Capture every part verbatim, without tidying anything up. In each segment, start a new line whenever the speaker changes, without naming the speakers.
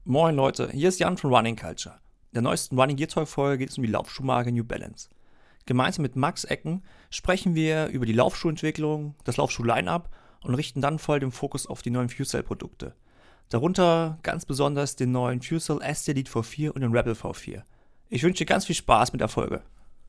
Moin Leute, hier ist Jan von Running Culture. In der neuesten Running Gear Talk Folge geht es um die Laufschuhmarke New Balance. Gemeinsam mit Max Ecken sprechen wir über die Laufschuhentwicklung, das Laufschuh-Line-Up und richten dann voll den Fokus auf die neuen FuseCell-Produkte. Darunter ganz besonders den neuen FuseCell S D Elite V vier und den Rebel V vier. Ich wünsche dir ganz viel Spaß mit der Folge.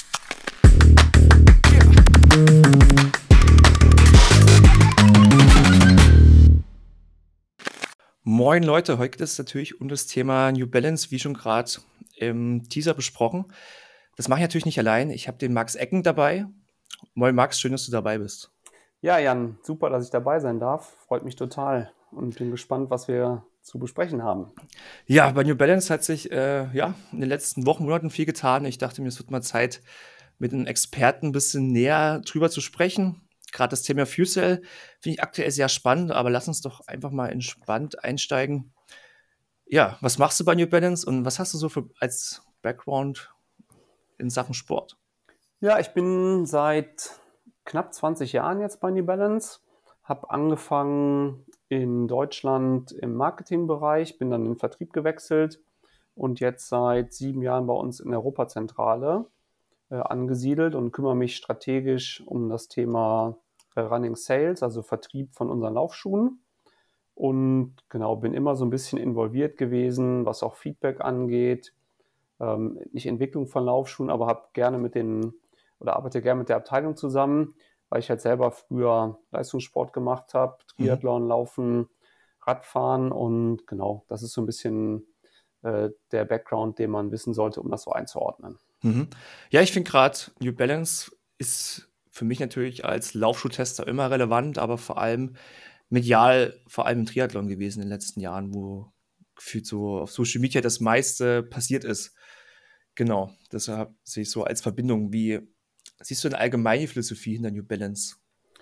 Moin Leute, heute geht es natürlich um das Thema New Balance, wie schon gerade im Teaser besprochen. Das mache ich natürlich nicht allein. Ich habe den Max Ecken dabei. Moin Max, schön, dass du dabei bist.
Ja, Jan, super, dass ich dabei sein darf. Freut mich total und bin gespannt, was wir zu besprechen haben.
Ja, bei New Balance hat sich äh, ja, in den letzten Wochen, Monaten viel getan. Ich dachte mir, es wird mal Zeit, mit einem Experten ein bisschen näher drüber zu sprechen. Gerade das Thema FuseCell finde ich aktuell sehr spannend, aber lass uns doch einfach mal entspannt einsteigen. Ja, was machst du bei New Balance und was hast du so für, als Background in Sachen Sport?
Ja, ich bin seit knapp zwanzig Jahren jetzt bei New Balance, habe angefangen in Deutschland im Marketingbereich, bin dann in den Vertrieb gewechselt und jetzt seit sieben Jahren bei uns in der Europazentrale äh, angesiedelt und kümmere mich strategisch um das Thema äh, Running Sales, also Vertrieb von unseren Laufschuhen. Und genau, bin immer so ein bisschen involviert gewesen, was auch Feedback angeht. Ähm, nicht Entwicklung von Laufschuhen, aber habe gerne mit den oder arbeite gerne mit der Abteilung zusammen, weil ich halt selber früher Leistungssport gemacht habe,
Mhm.
Triathlon, Laufen, Radfahren und genau, das ist so ein bisschen äh, der Background, den man wissen sollte, um das so einzuordnen.
Mhm. Ja, ich finde gerade New Balance ist für mich natürlich als Laufschuhtester immer relevant, aber vor allem medial, vor allem im Triathlon gewesen in den letzten Jahren, wo gefühlt so auf Social Media das meiste passiert ist. Genau, deshalb sehe ich so als Verbindung. Wie siehst du denn allgemein die Philosophie hinter New Balance?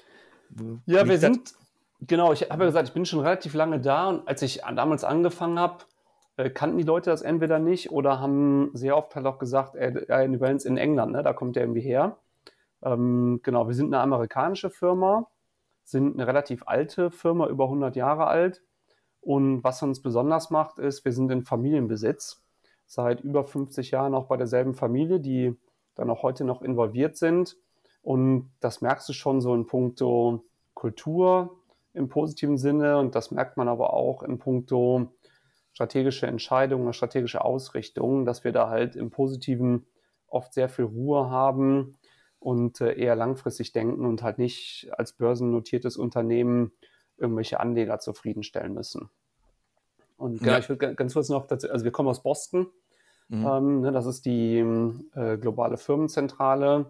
Wo
Ja, wir
liegt das?
sind, genau, ich habe ja gesagt, ich bin schon relativ lange da und als ich damals angefangen habe, äh, kannten die Leute das entweder nicht oder haben sehr oft halt auch gesagt, äh, äh, New Balance in England, ne, da kommt der irgendwie her. Ähm, genau, wir sind eine amerikanische Firma, sind eine relativ alte Firma, über hundert Jahre alt. Und was uns besonders macht, ist, wir sind in Familienbesitz. Seit über fünfzig Jahren auch bei derselben Familie, die dann auch heute noch involviert sind. Und das merkst du schon so in puncto Kultur im positiven Sinne. Und das merkt man aber auch in puncto strategische Entscheidungen, strategische Ausrichtungen, dass wir da halt im Positiven oft sehr viel Ruhe haben und äh, eher langfristig denken und halt nicht als börsennotiertes Unternehmen irgendwelche Anleger zufriedenstellen müssen. Und genau,
Ja.
ich würde ganz kurz noch dazu, also wir kommen aus Boston,
Mhm.
ähm, ne, das ist die äh, globale Firmenzentrale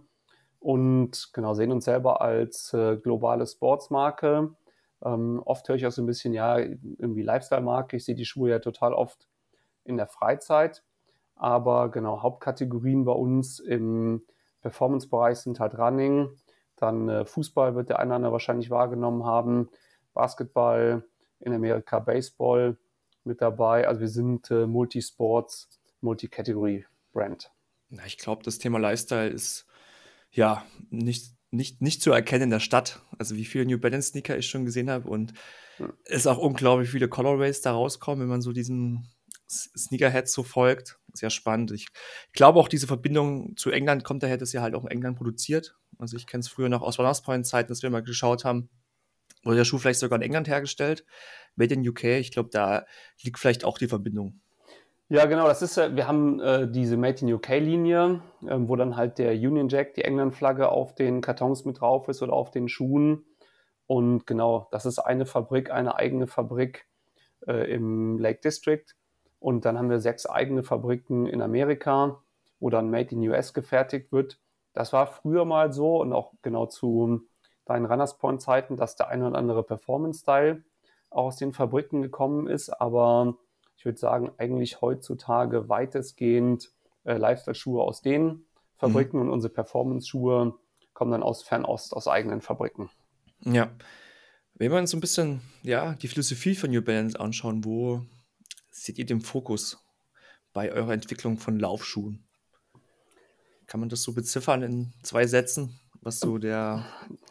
und genau, sehen uns selber als äh, globale Sportsmarke. Ähm, oft höre ich auch so ein bisschen, ja, irgendwie Lifestyle-Marke, ich sehe die Schuhe ja total oft in der Freizeit, aber genau, Hauptkategorien bei uns im Performance-Bereich sind halt Running, dann äh, Fußball wird der eine oder andere wahrscheinlich wahrgenommen haben, Basketball, in Amerika Baseball mit dabei. Also wir sind äh, Multisports, Multicategory-Brand.
Na, ich glaube, das Thema Lifestyle ist ja nicht, nicht, nicht zu erkennen in der Stadt. Also wie viele New Balance Sneaker ich schon gesehen habe und
Hm.
es auch unglaublich viele Colorways da rauskommen, wenn man so diesen S- Sneakerheads so folgt. Sehr spannend. Ich glaube auch, diese Verbindung zu England kommt daher, dass ja halt auch in England produziert. Also ich kenne es früher noch aus Runners Point Zeiten, dass wir mal geschaut haben, wurde der Schuh vielleicht sogar in England hergestellt, made in U K. Ich glaube, da liegt vielleicht auch die Verbindung.
Ja, genau, das ist, äh, wir haben äh, diese Made in U K-Linie, ähm, wo dann halt der Union Jack, die England-Flagge, auf den Kartons mit drauf ist oder auf den Schuhen. Und genau, das ist eine Fabrik, eine eigene Fabrik äh, im Lake District. Und dann haben wir sechs eigene Fabriken in Amerika, wo dann Made in U S gefertigt wird. Das war früher mal so und auch genau zu deinen Runners Point Zeiten, dass der eine oder andere Performance-Style auch aus den Fabriken gekommen ist. Aber ich würde sagen, eigentlich heutzutage weitestgehend äh, Lifestyle-Schuhe aus den
Mhm.
Fabriken und unsere Performance-Schuhe kommen dann aus Fernost, aus eigenen Fabriken.
Ja. Wenn wir uns so ein bisschen, ja, die Philosophie von New Balance anschauen, wo seht ihr den Fokus bei eurer Entwicklung von Laufschuhen? Kann man das so beziffern in zwei Sätzen? was so der,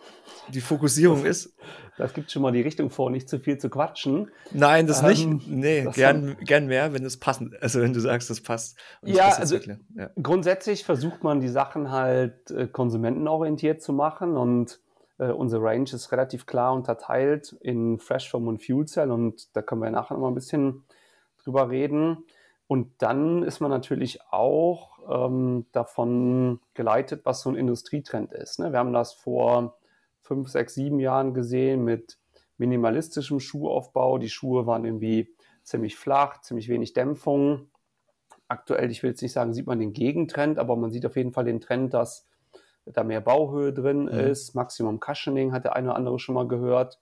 die Fokussierung ist?
Das gibt schon mal die Richtung vor, nicht zu viel zu quatschen.
Nein, das nicht.
Ähm,
Nee,
das
gern, gern mehr, wenn es passend, also wenn du sagst, das passt, um das
Ja,
besser zu
also
erklären. Ja.
grundsätzlich versucht man die Sachen halt äh, konsumentenorientiert zu machen und äh, unsere Range ist relativ klar unterteilt in Fresh Foam und Fuel Cell und da können wir nachher noch mal ein bisschen drüber reden. Und dann ist man natürlich auch ähm, davon geleitet, was so ein Industrietrend ist. Ne? Wir haben das vor fünf, sechs, sieben Jahren gesehen mit minimalistischem Schuhaufbau. Die Schuhe waren irgendwie ziemlich flach, ziemlich wenig Dämpfung. Aktuell, ich will jetzt nicht sagen, sieht man den Gegentrend, aber man sieht auf jeden Fall den Trend, dass da mehr Bauhöhe drin
Mhm.
ist. Maximum Cushioning hat der eine oder andere schon mal gehört.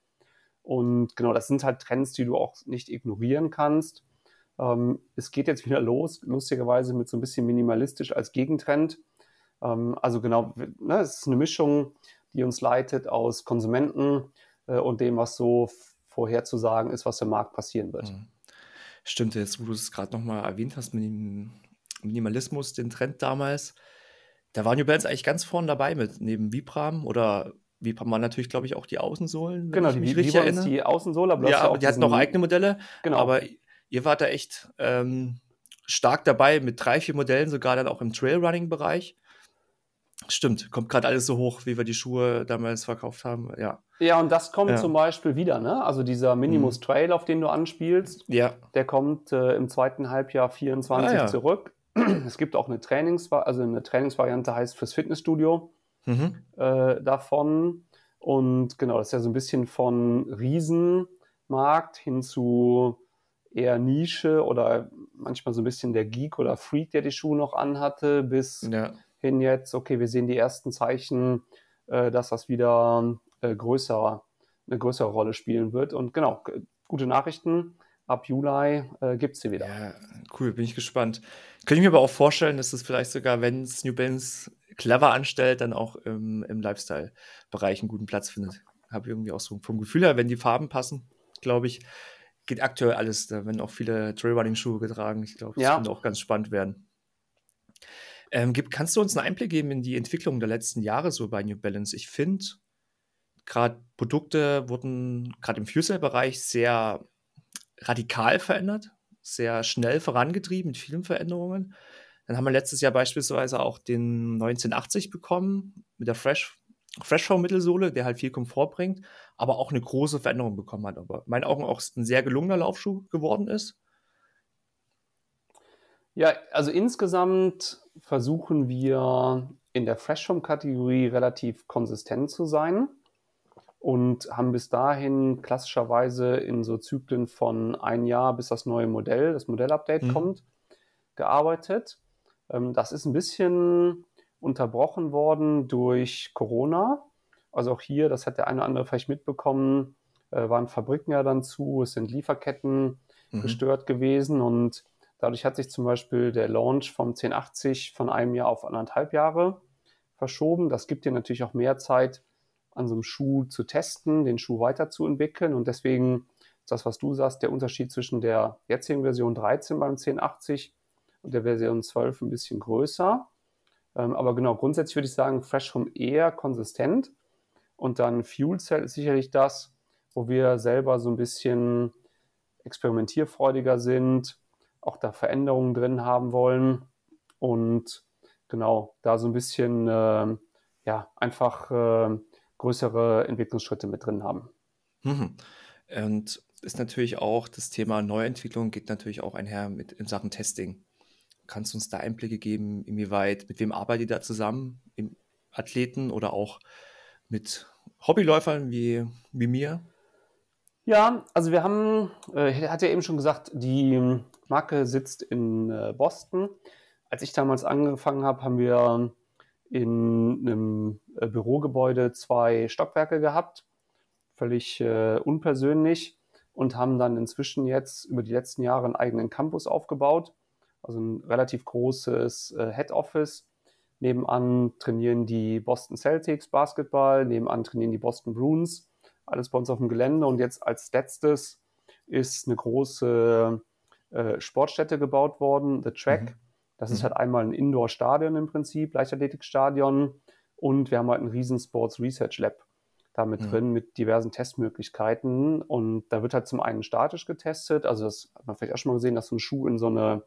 Und genau, das sind halt Trends, die du auch nicht ignorieren kannst. Ähm, es geht jetzt wieder los, lustigerweise mit so ein bisschen minimalistisch als Gegentrend. Ähm, also genau, ne, es ist eine Mischung, die uns leitet aus Konsumenten äh, und dem, was so vorherzusagen ist, was im Markt passieren wird.
Mhm. Stimmt, jetzt, wo du es gerade nochmal erwähnt hast mit dem Minimalismus, den Trend damals, da waren New Balance eigentlich ganz vorne dabei mit, neben Vibram oder Vibram waren natürlich, glaube ich, auch die Außensohlen, wenn
Genau,
ich
die
mich
Vi-
richtig
Vibram ist
erinnere.
die Außensohle, aber du hast
Ja,
ja
aber
auch
die hatten auch eigene
diesen,
Modelle,
genau,
aber ihr wart da echt ähm, stark dabei mit drei, vier Modellen, sogar dann auch im Trailrunning-Bereich. Stimmt, kommt gerade alles so hoch, wie wir die Schuhe damals verkauft haben. Ja,
ja, und das kommt
ja,
zum Beispiel wieder, ne? Also dieser Minimus
mhm.
Trail, auf den du anspielst,
Ja.
der kommt äh, im zweiten Halbjahr
Ah
vierundzwanzig
ja.
zurück. Es gibt auch eine Trainings, also eine Trainingsvariante heißt fürs Fitnessstudio
Mhm.
äh, davon. Und genau, das ist ja so ein bisschen von Riesenmarkt hin zu eher Nische oder manchmal so ein bisschen der Geek oder Freak, der die Schuhe noch anhatte, bis
Ja.
hin jetzt, okay, wir sehen die ersten Zeichen, äh, dass das wieder äh, größer, eine größere Rolle spielen wird. Und genau, g- gute Nachrichten. Ab Juli äh, gibt es sie wieder.
Ja, cool, bin ich gespannt. Könnte ich mir aber auch vorstellen, dass es vielleicht sogar, wenn es New Balance clever anstellt, dann auch im, im Lifestyle-Bereich einen guten Platz findet. Habe irgendwie auch so vom Gefühl her, wenn die Farben passen, glaube ich, geht aktuell alles. Da werden auch viele Trailrunning-Schuhe getragen. Ich glaube, das
Ja,
könnte auch ganz spannend werden. Ähm, gib, kannst du uns einen Einblick geben in die Entwicklung der letzten Jahre so bei New Balance? Ich finde, gerade Produkte wurden gerade im Fuel-Bereich sehr radikal verändert, sehr schnell vorangetrieben mit vielen Veränderungen. Dann haben wir letztes Jahr beispielsweise auch den neunzehnhundertachtzig bekommen mit der Fresh, Freshform-Mittelsohle, der halt viel Komfort bringt, aber auch eine große Veränderung bekommen hat. Aber in meinen Augen auch ein sehr gelungener Laufschuh geworden ist.
ja, also insgesamt versuchen wir in der Freshform-Kategorie relativ konsistent zu sein und haben bis dahin klassischerweise in so Zyklen von ein Jahr, bis das neue Modell, das Modellupdate
Mhm.
kommt, gearbeitet. Ähm, das ist ein bisschen unterbrochen worden durch Corona. Also auch hier, das hat der eine oder andere vielleicht mitbekommen, äh, waren Fabriken ja dann zu, es sind Lieferketten
Mhm.
gestört gewesen und dadurch hat sich zum Beispiel der Launch vom zehn achtzig von einem Jahr auf anderthalb Jahre verschoben. Das gibt dir natürlich auch mehr Zeit, an so einem Schuh zu testen, den Schuh weiterzuentwickeln und deswegen ist das, was du sagst, der Unterschied zwischen der jetzigen Version dreizehn beim zehn achtzig und der Version zwölf ein bisschen größer. Ähm, aber genau, grundsätzlich würde ich sagen, Freshform eher konsistent. Und dann Fuel Cell ist sicherlich das, wo wir selber so ein bisschen experimentierfreudiger sind, auch da Veränderungen drin haben wollen und genau, da so ein bisschen äh, ja, einfach äh, größere Entwicklungsschritte mit drin haben.
Mhm. Und ist natürlich auch das Thema Neuentwicklung geht natürlich auch einher mit in Sachen Testing. Kannst du uns da Einblicke geben, inwieweit, mit wem arbeitet ihr da zusammen, im Athleten oder auch mit Hobbyläufern wie, wie mir?
Ja, also wir haben, äh, er hat ja eben schon gesagt, die Marke sitzt in äh, Boston. Als ich damals angefangen habe, haben wir in einem äh, Bürogebäude zwei Stockwerke gehabt, völlig äh, unpersönlich und haben dann inzwischen jetzt über die letzten Jahre einen eigenen Campus aufgebaut, also ein relativ großes äh, Head Office. Nebenan trainieren die Boston Celtics Basketball, nebenan trainieren die Boston Bruins, alles bei uns auf dem Gelände. Und jetzt als letztes ist eine große äh, Sportstätte gebaut worden, The Track.
Mhm.
Das ist halt
Mhm.
einmal ein Indoor-Stadion im Prinzip, Leichtathletikstadion, Und wir haben halt ein riesen Sports Research Lab da mit
Mhm.
drin, mit diversen Testmöglichkeiten. Und da wird halt zum einen statisch getestet, also das hat man vielleicht auch schon mal gesehen, dass so ein Schuh in so eine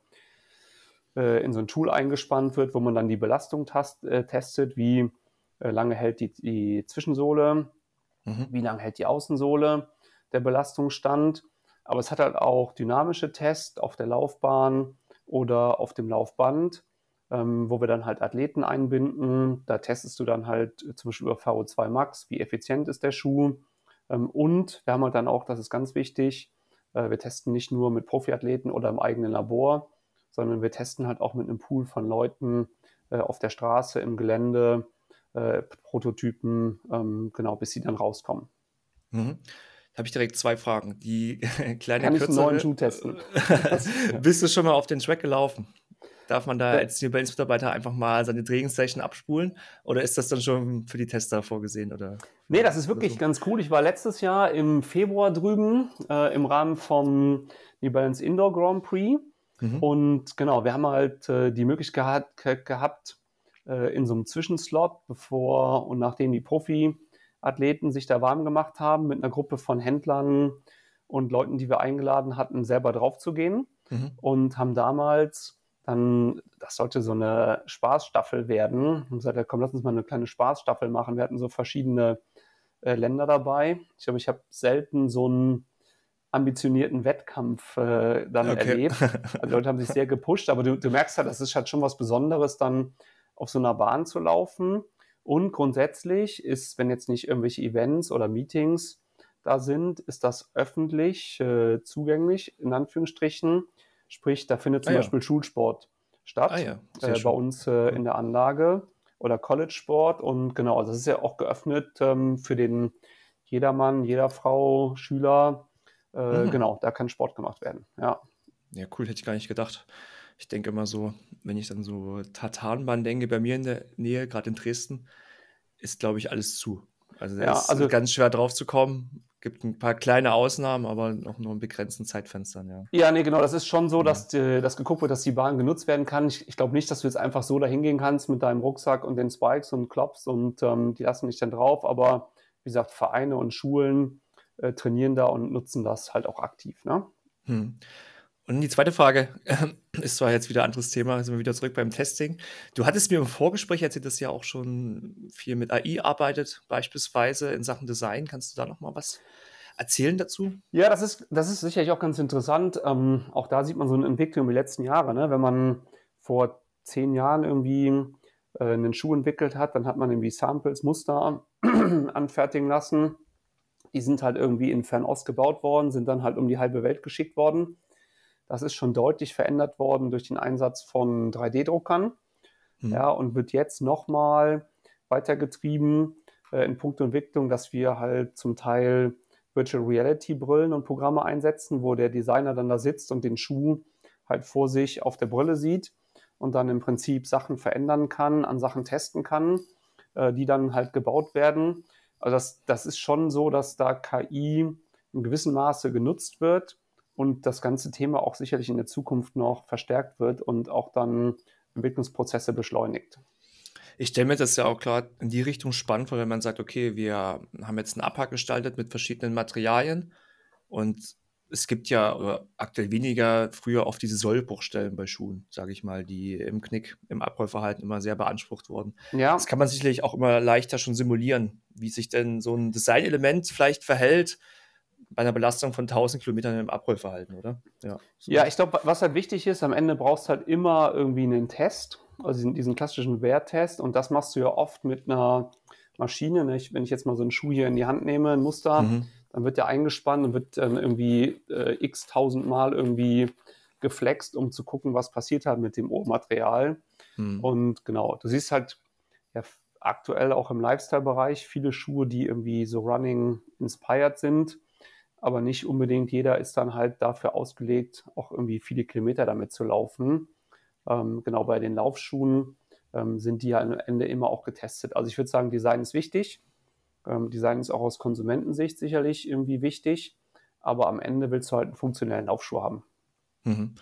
äh, in so ein Tool eingespannt wird, wo man dann die Belastung tast, äh, testet, wie äh, lange hält die, die Zwischensohle,
Mhm.
wie lange hält die Außensohle, der Belastungsstand. Aber es hat halt auch dynamische Tests auf der Laufbahn oder auf dem Laufband, ähm, wo wir dann halt Athleten einbinden. Da testest du dann halt äh, zum Beispiel über V O zwei Max, wie effizient ist der Schuh. Ähm, und wir haben halt dann auch, das ist ganz wichtig, äh, wir testen nicht nur mit Profiathleten oder im eigenen Labor, sondern wir testen halt auch mit einem Pool von Leuten äh, auf der Straße, im Gelände, äh, Prototypen, ähm, genau, bis sie dann rauskommen.
Mhm. Da habe ich direkt zwei Fragen. Die kleine
Kann ich einen neuen
kürzere,
Schuh testen? Das,
äh,
ja.
bist du schon mal auf den Track gelaufen? Darf man da
Äh,
als New Balance Mitarbeiter einfach mal seine Trainingssession abspulen oder ist das dann schon für die Tester vorgesehen oder
nee, das ist
oder
wirklich
so?
ganz cool. Ich war letztes Jahr im Februar drüben äh, im Rahmen vom New Balance Indoor Grand Prix.
Mhm.
Und genau, wir haben halt äh, die Möglichkeit geha- gehabt, äh, in so einem Zwischenslot, bevor und nachdem die Profi-Athleten sich da warm gemacht haben, mit einer Gruppe von Händlern und Leuten, die wir eingeladen hatten, selber drauf zu gehen.
Mhm.
Und haben damals dann, das sollte so eine Spaßstaffel werden, und gesagt, ja, komm, lass uns mal eine kleine Spaßstaffel machen. Wir hatten so verschiedene äh, Länder dabei. Ich glaube, ich habe selten so einen ambitionierten Wettkampf äh, dann
Okay.
erlebt. Also die Leute haben sich sehr gepusht, aber du, du merkst halt, das ist halt schon was Besonderes, dann auf so einer Bahn zu laufen. Und grundsätzlich ist, wenn jetzt nicht irgendwelche Events oder Meetings da sind, ist das öffentlich äh, zugänglich, in Anführungsstrichen. Sprich, da findet
Ah
zum
ja.
Beispiel Schulsport
Ah
statt,
ja, sehr
äh, bei
schön.
uns äh,
Cool.
in der Anlage oder College-Sport. Und genau, das ist ja auch geöffnet ähm, für den jedermann, jeder Frau, Schüler. Äh,
Mhm.
genau, da kann Sport gemacht werden. Ja,
Ja, cool, hätte ich gar nicht gedacht. Ich denke immer so, wenn ich dann so Tartanbahn denke, bei mir in der Nähe, gerade in Dresden, ist, glaube ich, alles zu. Also da
ja,
ist äh,
also
ganz schwer drauf zu kommen. Gibt ein paar kleine Ausnahmen, aber auch nur in begrenzten Zeitfenstern, ja.
ja, nee, genau, das ist schon so,
Mhm.
dass, die, dass geguckt wird, dass die Bahn genutzt werden kann. Ich, ich glaube nicht, dass du jetzt einfach so dahin gehen kannst mit deinem Rucksack und den Spikes und Klops und ähm, die lassen dich dann drauf. Aber wie gesagt, Vereine und Schulen äh, trainieren da und nutzen das halt auch aktiv. Ne?
Mhm. Und die zweite Frage ähm, ist zwar jetzt wieder ein anderes Thema, sind wir wieder zurück beim Testing. Du hattest mir im Vorgespräch erzählt, dass ihr auch schon viel mit A I arbeitet, beispielsweise in Sachen Design. Kannst du da noch mal was erzählen dazu?
Ja, das ist, das ist sicherlich auch ganz interessant. Ähm, auch da sieht man so eine Entwicklung über die letzten Jahre. Ne? Wenn man vor zehn Jahren irgendwie äh, einen Schuh entwickelt hat, dann hat man irgendwie Samples, Muster anfertigen lassen. Die sind halt irgendwie in Fernost gebaut worden, sind dann halt um die halbe Welt geschickt worden. Das ist schon deutlich verändert worden durch den Einsatz von drei D-Druckern,
Mhm.
ja, und wird jetzt nochmal weitergetrieben äh, in puncto Entwicklung, dass wir halt zum Teil Virtual Reality Brillen und Programme einsetzen, wo der Designer dann da sitzt und den Schuh halt vor sich auf der Brille sieht und dann im Prinzip Sachen verändern kann, an Sachen testen kann, äh, die dann halt gebaut werden. Also das, das ist schon so, dass da K I in gewissem Maße genutzt wird und das ganze Thema auch sicherlich in der Zukunft noch verstärkt wird und auch dann Entwicklungsprozesse beschleunigt.
Ich stelle mir das ja auch klar in die Richtung spannend vor, wenn man sagt: „Okay, wir haben jetzt 'n Abpack gestaltet mit verschiedenen Materialien und es gibt ja oder aktuell weniger früher oft diese Sollbruchstellen bei Schuhen, sage ich mal, die im Knick, im Abrollverhalten immer sehr beansprucht wurden. Das
Ja,
kann man sicherlich auch immer leichter schon simulieren, wie sich denn so 'n Designelement vielleicht verhält bei 'ner Belastung von tausend Kilometern im Abrollverhalten, oder? Ja,
ja,
so.
ich glaube, was halt wichtig ist, am Ende brauchst du halt immer irgendwie einen Test, also diesen, diesen klassischen Wehrtest und das machst du ja oft mit einer Maschine. Ne? Ich, wenn ich jetzt mal so einen Schuh hier in die Hand nehme, ein Muster,
Mhm.
dann wird der eingespannt und wird dann irgendwie äh, x tausendmal irgendwie geflext, um zu gucken, was passiert hat mit dem Rohmaterial.
Mhm.
Und genau, du siehst halt ja, aktuell auch im Lifestyle-Bereich viele Schuhe, die irgendwie so running inspired sind, aber nicht unbedingt jeder ist dann halt dafür ausgelegt, auch irgendwie viele Kilometer damit zu laufen. Ähm, genau bei den Laufschuhen ähm, sind die ja am Ende immer auch getestet. Also ich würde sagen, Design ist wichtig. Ähm, Design ist auch aus Konsumentensicht sicherlich irgendwie wichtig, aber am Ende willst du halt einen funktionellen Laufschuh haben.
Mhm.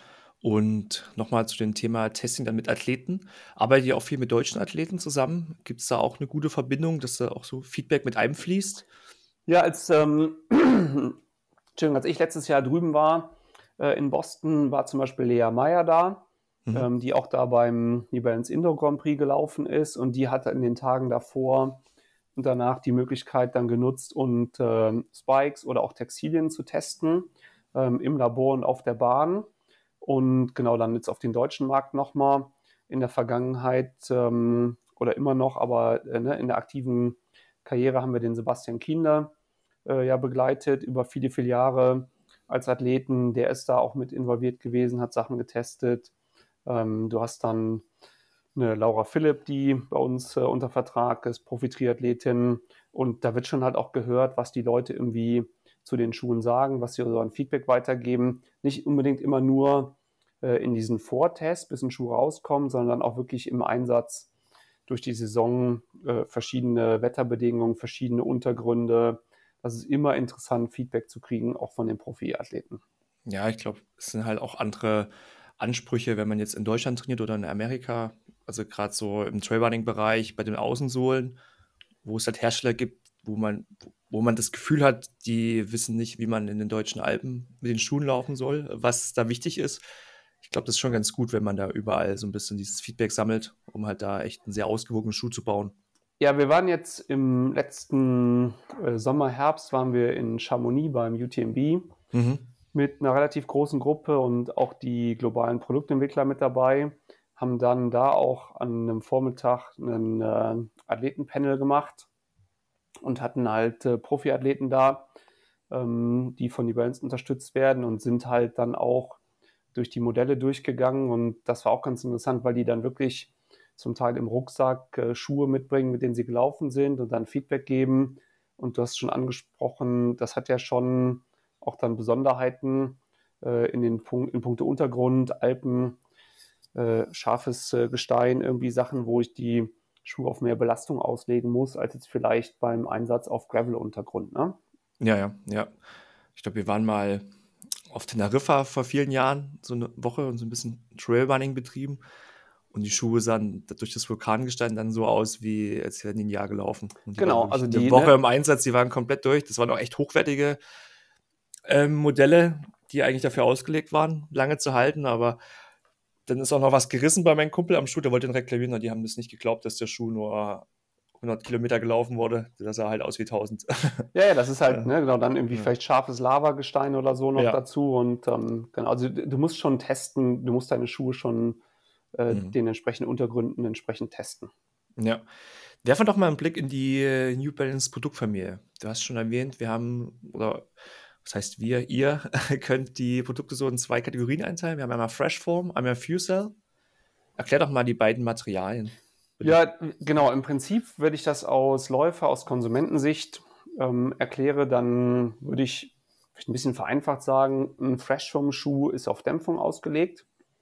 Und nochmal zu dem Thema Testing dann mit Athleten. Arbeitet ihr auch viel mit deutschen Athleten zusammen? Gibt es da auch eine gute Verbindung, dass da auch so Feedback mit einfließt?
Ja, als, ähm, Entschuldigung, als ich letztes Jahr drüben war, äh, in Boston, war zum Beispiel Lea Meyer da,
Mhm.
ähm, die auch da beim New Balance Indoor Grand Prix gelaufen ist, und die hatte in den Tagen davor und danach die Möglichkeit dann genutzt, und ähm, Spikes oder auch Textilien zu testen, ähm, im Labor und auf der Bahn. Und genau, dann jetzt auf den deutschen Markt nochmal in der Vergangenheit, ähm, oder immer noch, aber äh, ne, in der aktiven Karriere haben wir den Sebastian Kienle äh, ja begleitet über viele, viele Jahre als Athleten. Der ist da auch mit involviert gewesen, hat Sachen getestet. Ähm, du hast dann eine Laura Philipp, die bei uns äh, unter Vertrag ist, Profi-Triathletin. Und da wird schon halt auch gehört, was die Leute irgendwie zu den Schuhen sagen, was sie so an Feedback weitergeben. Nicht unbedingt immer nur äh, in diesen Vortest, bis ein Schuh rauskommt, sondern auch wirklich im Einsatz durch die Saison, äh, verschiedene Wetterbedingungen, verschiedene Untergründe. Das ist immer interessant, Feedback zu kriegen, auch von den Profiathleten.
Ja, ich glaube, es sind halt auch andere Ansprüche, wenn man jetzt in Deutschland trainiert oder in Amerika. Also gerade so im Trailrunning-Bereich bei den Außensohlen, wo es halt Hersteller gibt, wo man, wo man das Gefühl hat, die wissen nicht, wie man in den deutschen Alpen mit den Schuhen laufen soll, was da wichtig ist. Ich glaube, das ist schon ganz gut, wenn man da überall so ein bisschen dieses Feedback sammelt, um halt da echt einen sehr ausgewogenen Schuh zu bauen.
Ja, wir waren jetzt im letzten äh, Sommer, Herbst, waren wir in Chamonix beim U T M B
Mhm.
mit einer relativ großen Gruppe und auch die globalen Produktentwickler mit dabei, haben dann da auch an einem Vormittag einen äh, Athletenpanel gemacht und hatten halt äh, Profiathleten da, ähm, die von Events unterstützt werden, und sind halt dann auch durch die Modelle durchgegangen, und das war auch ganz interessant, weil die dann wirklich zum Teil im Rucksack äh, Schuhe mitbringen, mit denen sie gelaufen sind, und dann Feedback geben. Und du hast schon angesprochen, das hat ja schon auch dann Besonderheiten äh, in den Punkt, in puncto Untergrund, Alpen, äh, scharfes äh, Gestein, irgendwie Sachen, wo ich die Schuhe auf mehr Belastung auslegen muss, als jetzt vielleicht beim Einsatz auf Gravel-Untergrund. Ne?
Ja, ja, ja. Ich glaube, wir waren mal auf Teneriffa vor vielen Jahren, so eine Woche und so ein bisschen Trailrunning betrieben. Und die Schuhe sahen durch das Vulkangestein dann so aus, wie als wären die ein Jahr gelaufen. Und die waren
Genau,
wirklich
also
eine
die,
Woche
ne,
im Einsatz, die waren komplett durch. Das waren auch echt hochwertige ähm, Modelle, die eigentlich dafür ausgelegt waren, lange zu halten. Aber dann ist auch noch was gerissen bei meinem Kumpel am Schuh, der wollte den reklamieren und die haben das nicht geglaubt, dass der Schuh nur hundert Kilometer gelaufen wurde. Der sah halt aus wie tausend.
ja, ja, das ist halt,
Ja,
ne, genau, dann irgendwie
ja.
vielleicht scharfes Lavagestein oder so noch
Ja.
dazu, und ähm, genau, also du, du musst schon testen, du musst deine Schuhe schon äh,
Mhm.
den entsprechenden Untergründen entsprechend testen.
Ja. Werfen wir doch mal einen Blick in die äh, New Balance Produktfamilie. Du hast schon erwähnt, wir haben, oder was heißt wir, ihr könnt die Produkte so in zwei Kategorien einteilen. Wir haben einmal Freshform, einmal FueCell. Erklär doch mal die beiden Materialien, bitte.
Ja, genau, im Prinzip würde ich das aus Läufer, aus Konsumentensicht ähm, erkläre, dann würde ich vielleicht ein bisschen vereinfacht sagen, ein Freshform-Schuh ist auf Dämpfung ausgelegt.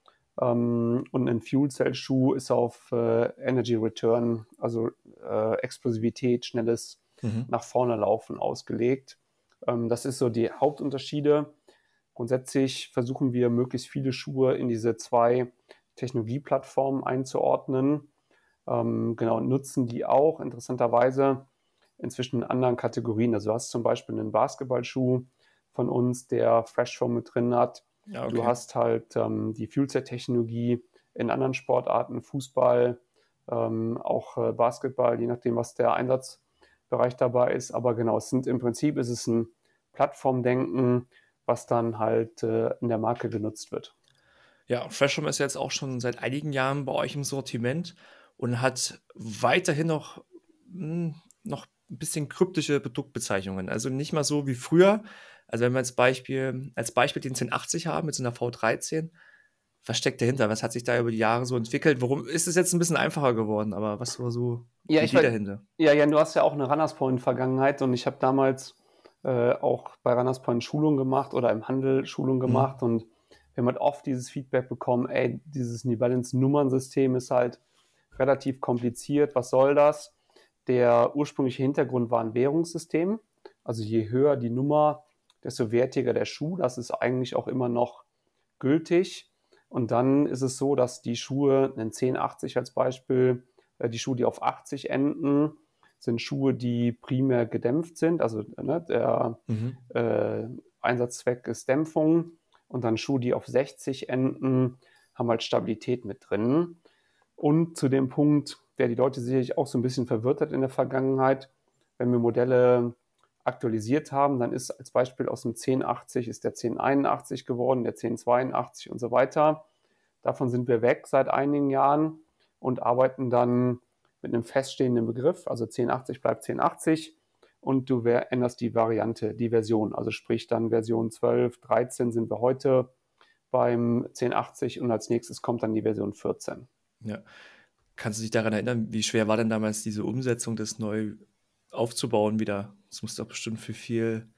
Ähm, und ein Fuel Cell Schuh ist auf äh, Energy Return, also äh, Explosivität, schnelles
Mhm.
nach vorne laufen ausgelegt. Ähm, das ist so die Hauptunterschiede. Grundsätzlich versuchen wir, möglichst viele Schuhe in diese zwei Technologieplattformen einzuordnen. Ähm, genau, nutzen die auch interessanterweise inzwischen in anderen Kategorien. Also du hast zum Beispiel einen Basketballschuh von uns, der Freshform mit drin hat.
Ja,
Du
okay.
hast halt ähm, die Fuel-Cell-Technologie in anderen Sportarten, Fußball, ähm, auch äh, Basketball, je nachdem, was der Einsatzbereich dabei ist. Aber genau, es sind im Prinzip ist es ein Plattformdenken, was dann halt äh, in der Marke genutzt wird.
Ja, Freshform ist jetzt auch schon seit einigen Jahren bei euch im Sortiment und hat weiterhin noch, hm, noch ein bisschen kryptische Produktbezeichnungen. Also nicht mal so wie früher. Also wenn wir als Beispiel, als Beispiel den zehn achtzig haben mit so einer V dreizehn, was steckt dahinter? Was hat sich da über die Jahre so entwickelt? Warum ist es jetzt ein bisschen einfacher geworden? Aber was war so
Ja,
die
ich
Idee
weiß,
dahinter?
ja, Jan, du hast ja auch eine Runners Point-Vergangenheit, und ich habe damals äh, auch bei Runners Point Schulung gemacht oder im Handel Schulung
Mhm.
gemacht, und wir haben halt oft dieses Feedback bekommen, ey, dieses New Balance Nummernsystem ist halt relativ kompliziert, was soll das? Der ursprüngliche Hintergrund war ein Währungssystem, also je höher die Nummer, desto wertiger der Schuh, das ist eigentlich auch immer noch gültig. Und dann ist es so, dass die Schuhe, einen zehn achtzig als Beispiel, äh, die Schuhe, die auf achtzig enden, sind Schuhe, die primär gedämpft sind. Also ne, der
Mhm.
äh, Einsatzzweck ist Dämpfung. Und dann Schuhe, die auf sechzig enden, haben halt Stabilität mit drin. Und zu dem Punkt, der die Leute sicherlich auch so ein bisschen verwirrt hat in der Vergangenheit, wenn wir Modelle aktualisiert haben, dann ist als Beispiel aus dem zehn achtzig ist der zehn einundachtzig geworden, der zehn zweiundachtzig und so weiter. Davon sind wir weg seit einigen Jahren und arbeiten dann mit einem feststehenden Begriff, also zehn achtzig bleibt zehn achtzig und du änderst die Variante, die Version, also sprich dann Version zwölf, dreizehn sind wir heute beim zehn achtzig und als nächstes kommt dann die Version vierzehn.
Ja. Kannst du dich daran erinnern, wie schwer war denn damals diese Umsetzung, das neu aufzubauen wieder? Das muss doch bestimmt für viel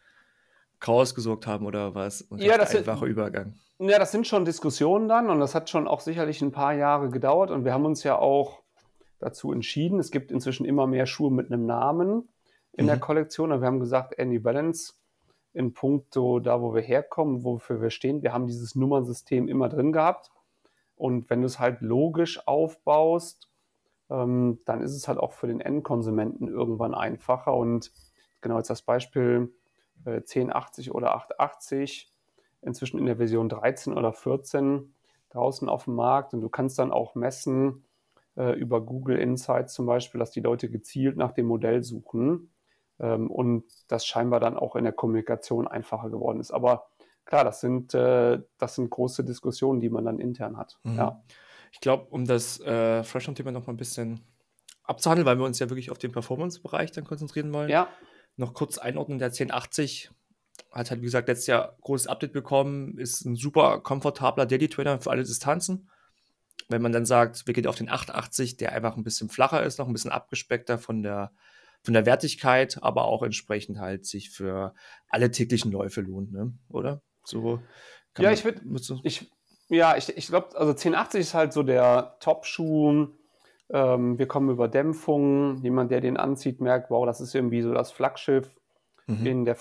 Chaos gesorgt haben oder war es ein
Ja,
recht
das sind,
einfacher Übergang?
ja, das sind schon Diskussionen dann und das hat schon auch sicherlich ein paar Jahre gedauert und wir haben uns ja auch dazu entschieden. Es gibt inzwischen immer mehr Schuhe mit einem Namen in der
Mhm.
Kollektion und wir haben gesagt, New Balance in puncto da, wo wir herkommen, wofür wir stehen, wir haben dieses Nummernsystem immer drin gehabt und wenn du es halt logisch aufbaust, ähm, dann ist es halt auch für den Endkonsumenten irgendwann einfacher und genau jetzt das Beispiel äh, zehn achtzig oder acht achtzig, inzwischen in der Version dreizehn oder vierzehn draußen auf dem Markt und du kannst dann auch messen äh, über Google Insights zum Beispiel, dass die Leute gezielt nach dem Modell suchen ähm, und das scheinbar dann auch in der Kommunikation einfacher geworden ist. Aber klar, das sind, äh, das sind große Diskussionen, die man dann intern hat.
Mhm.
Ja.
Ich glaube, um das äh, Fresh-On-Thema noch mal ein bisschen abzuhandeln, weil wir uns ja wirklich auf den Performance-Bereich dann konzentrieren wollen,
Ja.
noch kurz einordnen, der zehn achtzig hat halt, wie gesagt, letztes Jahr großes Update bekommen, ist ein super komfortabler Daily-Trainer für alle Distanzen. Wenn man dann sagt, wir gehen auf den acht achtzig, der einfach ein bisschen flacher ist, noch ein bisschen abgespeckter von der, von der Wertigkeit, aber auch entsprechend halt sich für alle täglichen Läufe lohnt, ne? Oder? So kann
Ja,
man,
ich würde,
würdest du-
ich, ja, ich, ich glaube, also zehn achtzig ist halt so der Top-Schuh. Ähm, wir kommen über Dämpfung. Jemand, der den anzieht, merkt, wow, das ist irgendwie so das Flaggschiff
Mhm.
in der
Mhm.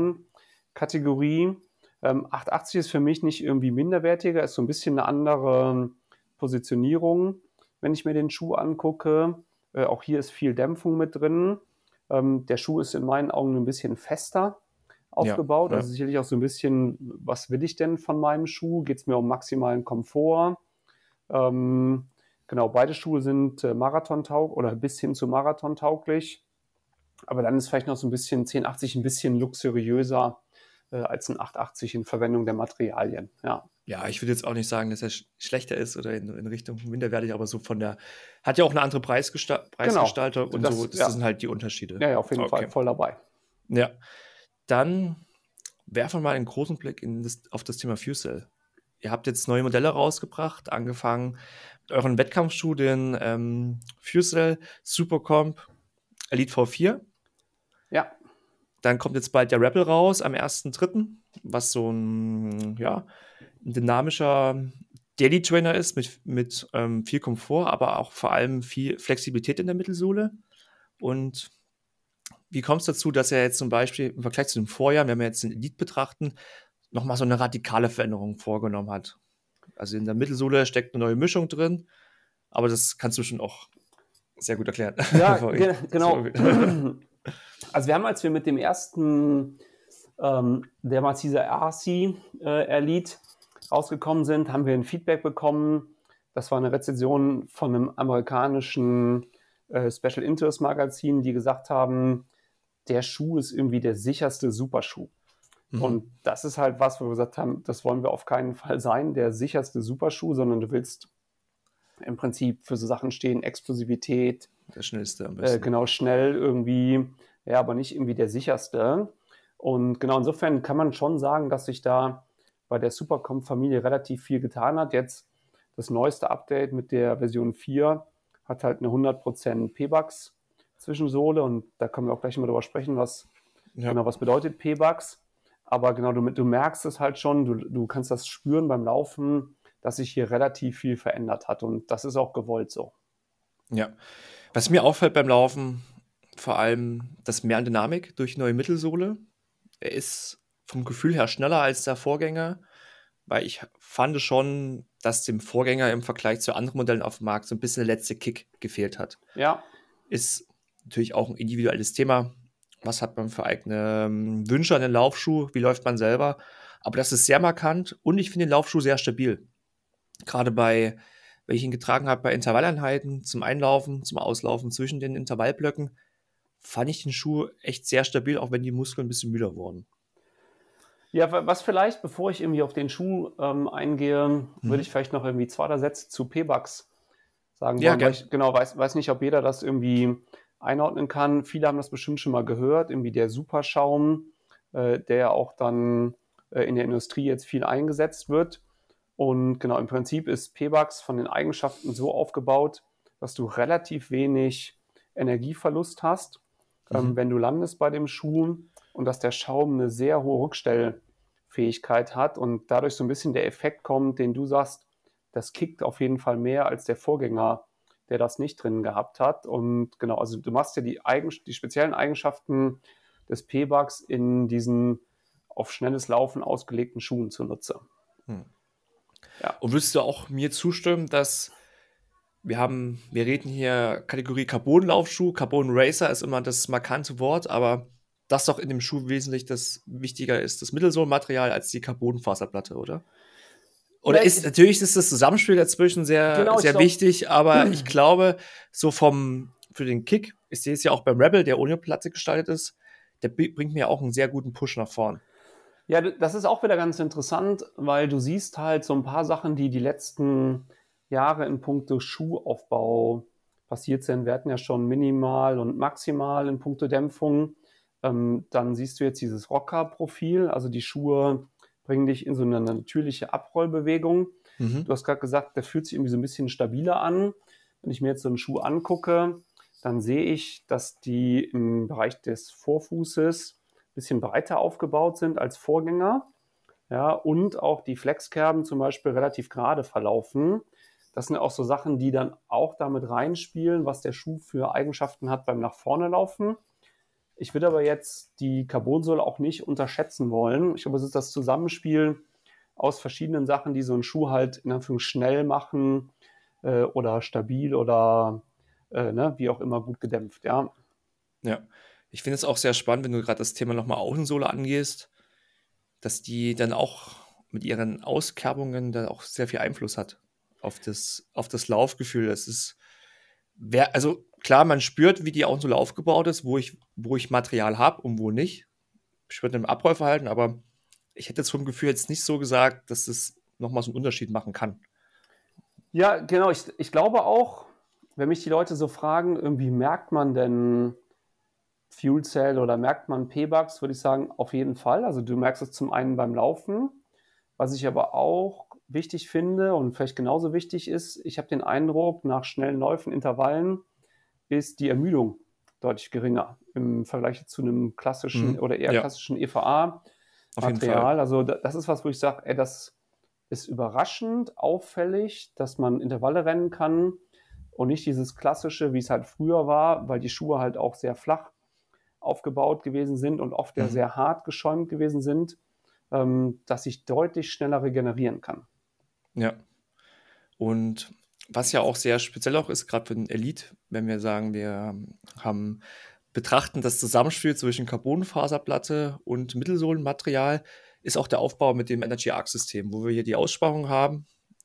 Fresh-Foam-Kategorie. Ähm, acht achtzig ist für mich nicht irgendwie minderwertiger, ist so ein bisschen eine andere Positionierung, wenn ich mir den Schuh angucke. Äh, auch hier ist viel Dämpfung mit drin. Ähm, der Schuh ist in meinen Augen ein bisschen fester
Ja,
aufgebaut.
ja.
Also sicherlich auch so ein bisschen, was will ich denn von meinem Schuh? Geht es mir um maximalen Komfort? Ähm, genau, beide Schuhe sind äh, Marathon-tauglich oder bis hin zu Marathon-tauglich. Aber dann ist vielleicht noch so ein bisschen zehn achtzig ein bisschen luxuriöser äh, als ein acht achtzig in Verwendung der Materialien. Ja,
Ja, ich würde jetzt auch nicht sagen, dass er sch schlechter ist oder in, in Richtung minderwertig, aber so von der, hat ja auch eine andere Preisgesta
genau.
Preisgestaltung und so,
Das,
das sind
ja,
halt die Unterschiede.
ja, ja, auf jeden Fall
Okay.
voll dabei.
Ja. Dann werfen wir mal einen großen Blick in das, auf das Thema Fuel Cell. Ihr habt jetzt neue Modelle rausgebracht, angefangen mit euren Wettkampfschuh, den ähm, Fuel Cell Supercomp Elite V vier.
Ja,
Dann kommt jetzt bald der Rebel raus am ersten dritten, was so ein, ja, ein dynamischer Daily Trainer ist mit, mit ähm, viel Komfort, aber auch vor allem viel Flexibilität in der Mittelsohle. Und wie kommt es dazu, dass er jetzt zum Beispiel im Vergleich zu den Vorjahren, wenn wir jetzt den Elite betrachten, nochmal so eine radikale Veränderung vorgenommen hat? Also in der Mittelsohle steckt eine neue Mischung drin, aber das kannst du schon auch sehr gut erklären.
ja,
Bevor ich
ge
so-
genau. Also wir haben, als wir mit dem ersten, ähm, damals dieser R C äh, Elite rausgekommen sind, haben wir ein Feedback bekommen. Das war eine Rezension von einem amerikanischen äh, Special Interest Magazin, die gesagt haben, der Schuh ist irgendwie der sicherste Superschuh.
Mhm.
Und das ist halt was, wo wir gesagt haben, das wollen wir auf keinen Fall sein, der sicherste Superschuh, sondern du willst im Prinzip für so Sachen stehen, Explosivität,
Der schnellste am
äh,
besten.
genau schnell irgendwie, ja, aber nicht irgendwie der sicherste. Und genau insofern kann man schon sagen, dass sich da bei der Supercomp-Familie relativ viel getan hat. Jetzt das neueste Update mit der Version vier hat halt eine hundert Prozent P-Bucks Zwischensohle und da können wir auch gleich mal drüber sprechen, was
Ja.
genau was bedeutet P-Bucks. Aber genau, du, du merkst es halt schon, du, du kannst das spüren beim Laufen, dass sich hier relativ viel verändert hat und das ist auch gewollt so.
Ja. Was mir auffällt beim Laufen, vor allem das Mehr an Dynamik durch die neue Mittelsohle. Er ist vom Gefühl her schneller als der Vorgänger. weil ich fand schon, dass dem Vorgänger im Vergleich zu anderen Modellen auf dem Markt so ein bisschen der letzte Kick gefehlt hat.
Ja.
Ist natürlich auch ein individuelles Thema. Was hat man für eigene ähm, Wünsche an den Laufschuh? Wie läuft man selber? Aber das ist sehr markant und ich finde den Laufschuh sehr stabil. Gerade bei, wenn ich ihn getragen habe, bei Intervalleinheiten, zum Einlaufen, zum Auslaufen zwischen den Intervallblöcken, fand ich den Schuh echt sehr stabil, auch wenn die Muskeln ein bisschen müder wurden.
Ja, wa- was vielleicht, bevor ich irgendwie auf den Schuh ähm, eingehe, würde ich
Mhm.
vielleicht noch irgendwie zwei, drei Sätze zu P-Bucks sagen
Ja,
wollen, weil
gern.
ich genau weiß, weiß nicht, ob jeder das irgendwie einordnen kann. Viele haben das bestimmt schon mal gehört, irgendwie der Superschaum, äh, der ja auch dann äh, in der Industrie jetzt viel eingesetzt wird. Und genau, im Prinzip ist P-Bucks von den Eigenschaften so aufgebaut, dass du relativ wenig Energieverlust hast, ähm,
Mhm.
wenn du landest bei dem Schuh und dass der Schaum eine sehr hohe Rückstellfähigkeit hat und dadurch so ein bisschen der Effekt kommt, den du sagst, das kickt auf jeden Fall mehr als der Vorgänger, der das nicht drin gehabt hat. Und genau, also du machst ja die, Eigen, die speziellen Eigenschaften des P-Bucks in diesen auf schnelles Laufen ausgelegten Schuhen zunutze.
Hm.
Ja.
Und würdest du auch mir zustimmen, dass wir haben, wir reden hier Kategorie Carbon-Laufschuh, Carbon Racer ist immer das markante Wort, aber das doch in dem Schuh wesentlich das wichtiger ist, das Mittelsohlmaterial als die Carbonfaserplatte, oder?
Ja,
Oder ist
ich,
natürlich ist das Zusammenspiel dazwischen sehr,
genau, ich
sehr
glaube,
wichtig, aber ich glaube, so vom für den Kick, ich sehe es ja auch beim Rebel, der ohne Platte gestaltet ist, der bi- bringt mir auch einen sehr guten Push nach vorn.
ja, das ist auch wieder ganz interessant, weil du siehst halt so ein paar Sachen, die die letzten Jahre in puncto Schuhaufbau passiert sind. Wir hatten ja schon minimal und maximal in puncto Dämpfung. Ähm, dann siehst du jetzt dieses Rocker-Profil, also die Schuhe bringen dich in so eine natürliche Abrollbewegung. Du
Mhm.
hast gerade gesagt, der fühlt sich irgendwie so ein bisschen stabiler an. Wenn ich mir jetzt so einen Schuh angucke, dann sehe ich, dass die im Bereich des Vorfußes ein bisschen breiter aufgebaut sind als Vorgänger. Ja, und auch die Flexkerben zum Beispiel relativ gerade verlaufen. Das sind auch so Sachen, die dann auch damit reinspielen, was der Schuh für Eigenschaften hat beim nach vorne laufen. Ich würde aber jetzt die Carbonsohle auch nicht unterschätzen wollen. Ich glaube, es ist das Zusammenspiel aus verschiedenen Sachen, die so einen Schuh halt in Anführungszeichen schnell machen äh, oder stabil oder äh, ne, wie auch immer gut gedämpft. Ja,
Ja. Ich finde es auch sehr spannend, wenn du gerade das Thema nochmal Außensohle angehst, dass die dann auch mit ihren Auskerbungen dann auch sehr viel Einfluss hat auf das, auf das Laufgefühl. Das ist, wer, also klar, man spürt, wie die Außensohle aufgebaut ist, wo ich, wo ich Material habe und wo nicht. Spürt im Abrollverhalten, aber ich hätte jetzt vom Gefühl jetzt nicht so gesagt, dass es nochmal so einen Unterschied machen kann.
ja genau. Ich, ich glaube auch, wenn mich die Leute so fragen, irgendwie merkt man denn Fuel Cell oder merkt man P-Bucks, würde ich sagen, auf jeden Fall. Also du merkst es zum einen beim Laufen. Was ich aber auch wichtig finde und vielleicht genauso wichtig ist, ich habe den Eindruck, nach schnellen Läufen, Intervallen ist die Ermüdung deutlich geringer im Vergleich zu einem klassischen
Mhm.
oder eher
Ja,
klassischen
auf jeden Fall.
E V A-Material. Also das ist was, wo ich sage, ey, das ist überraschend auffällig, dass man Intervalle rennen kann und nicht dieses klassische, wie es halt früher war, weil die Schuhe halt auch sehr flach aufgebaut gewesen sind und oft ja
Mhm.
sehr hart geschäumt gewesen sind, ähm, dass ich deutlich schneller regenerieren kann.
Ja. Und was ja auch sehr speziell auch ist, gerade für den Elite, wenn wir sagen, wir haben betrachten das Zusammenspiel zwischen Carbonfaserplatte und Mittelsohlenmaterial, ist auch der Aufbau mit dem Energy Arc System, wo wir hier die Aussparung haben,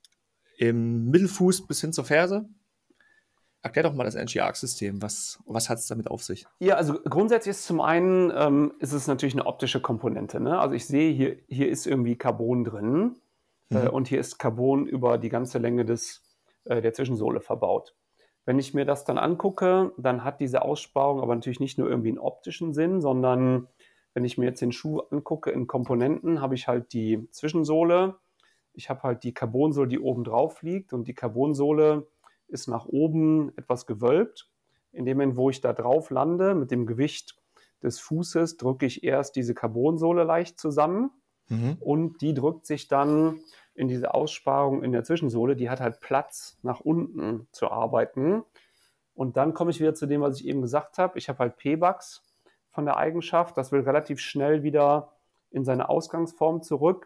im Mittelfuß bis hin zur Ferse. Erklär doch mal das Energy Arc System. Was, was hat es damit auf sich?
Ja, also grundsätzlich ist zum einen ähm, ist es natürlich eine optische Komponente. Ne? Also ich sehe, hier, hier ist irgendwie Carbon drin äh,
Mhm.
und hier ist Carbon über die ganze Länge des, äh, der Zwischensohle verbaut. Wenn ich mir das dann angucke, dann hat diese Aussparung aber natürlich nicht nur irgendwie einen optischen Sinn, sondern wenn ich mir jetzt den Schuh angucke in Komponenten, habe ich halt die Zwischensohle, ich habe halt die Carbonsohle, die oben drauf liegt und die Carbonsohle ist nach oben etwas gewölbt. In dem Moment, wo ich da drauf lande, mit dem Gewicht des Fußes, drücke ich erst diese Carbonsohle leicht zusammen
Mhm.
und die drückt sich dann in diese Aussparung in der Zwischensohle. Die hat halt Platz, nach unten zu arbeiten. Und dann komme ich wieder zu dem, was ich eben gesagt habe. Ich habe halt P-Bucks von der Eigenschaft. Das will relativ schnell wieder in seine Ausgangsform zurück.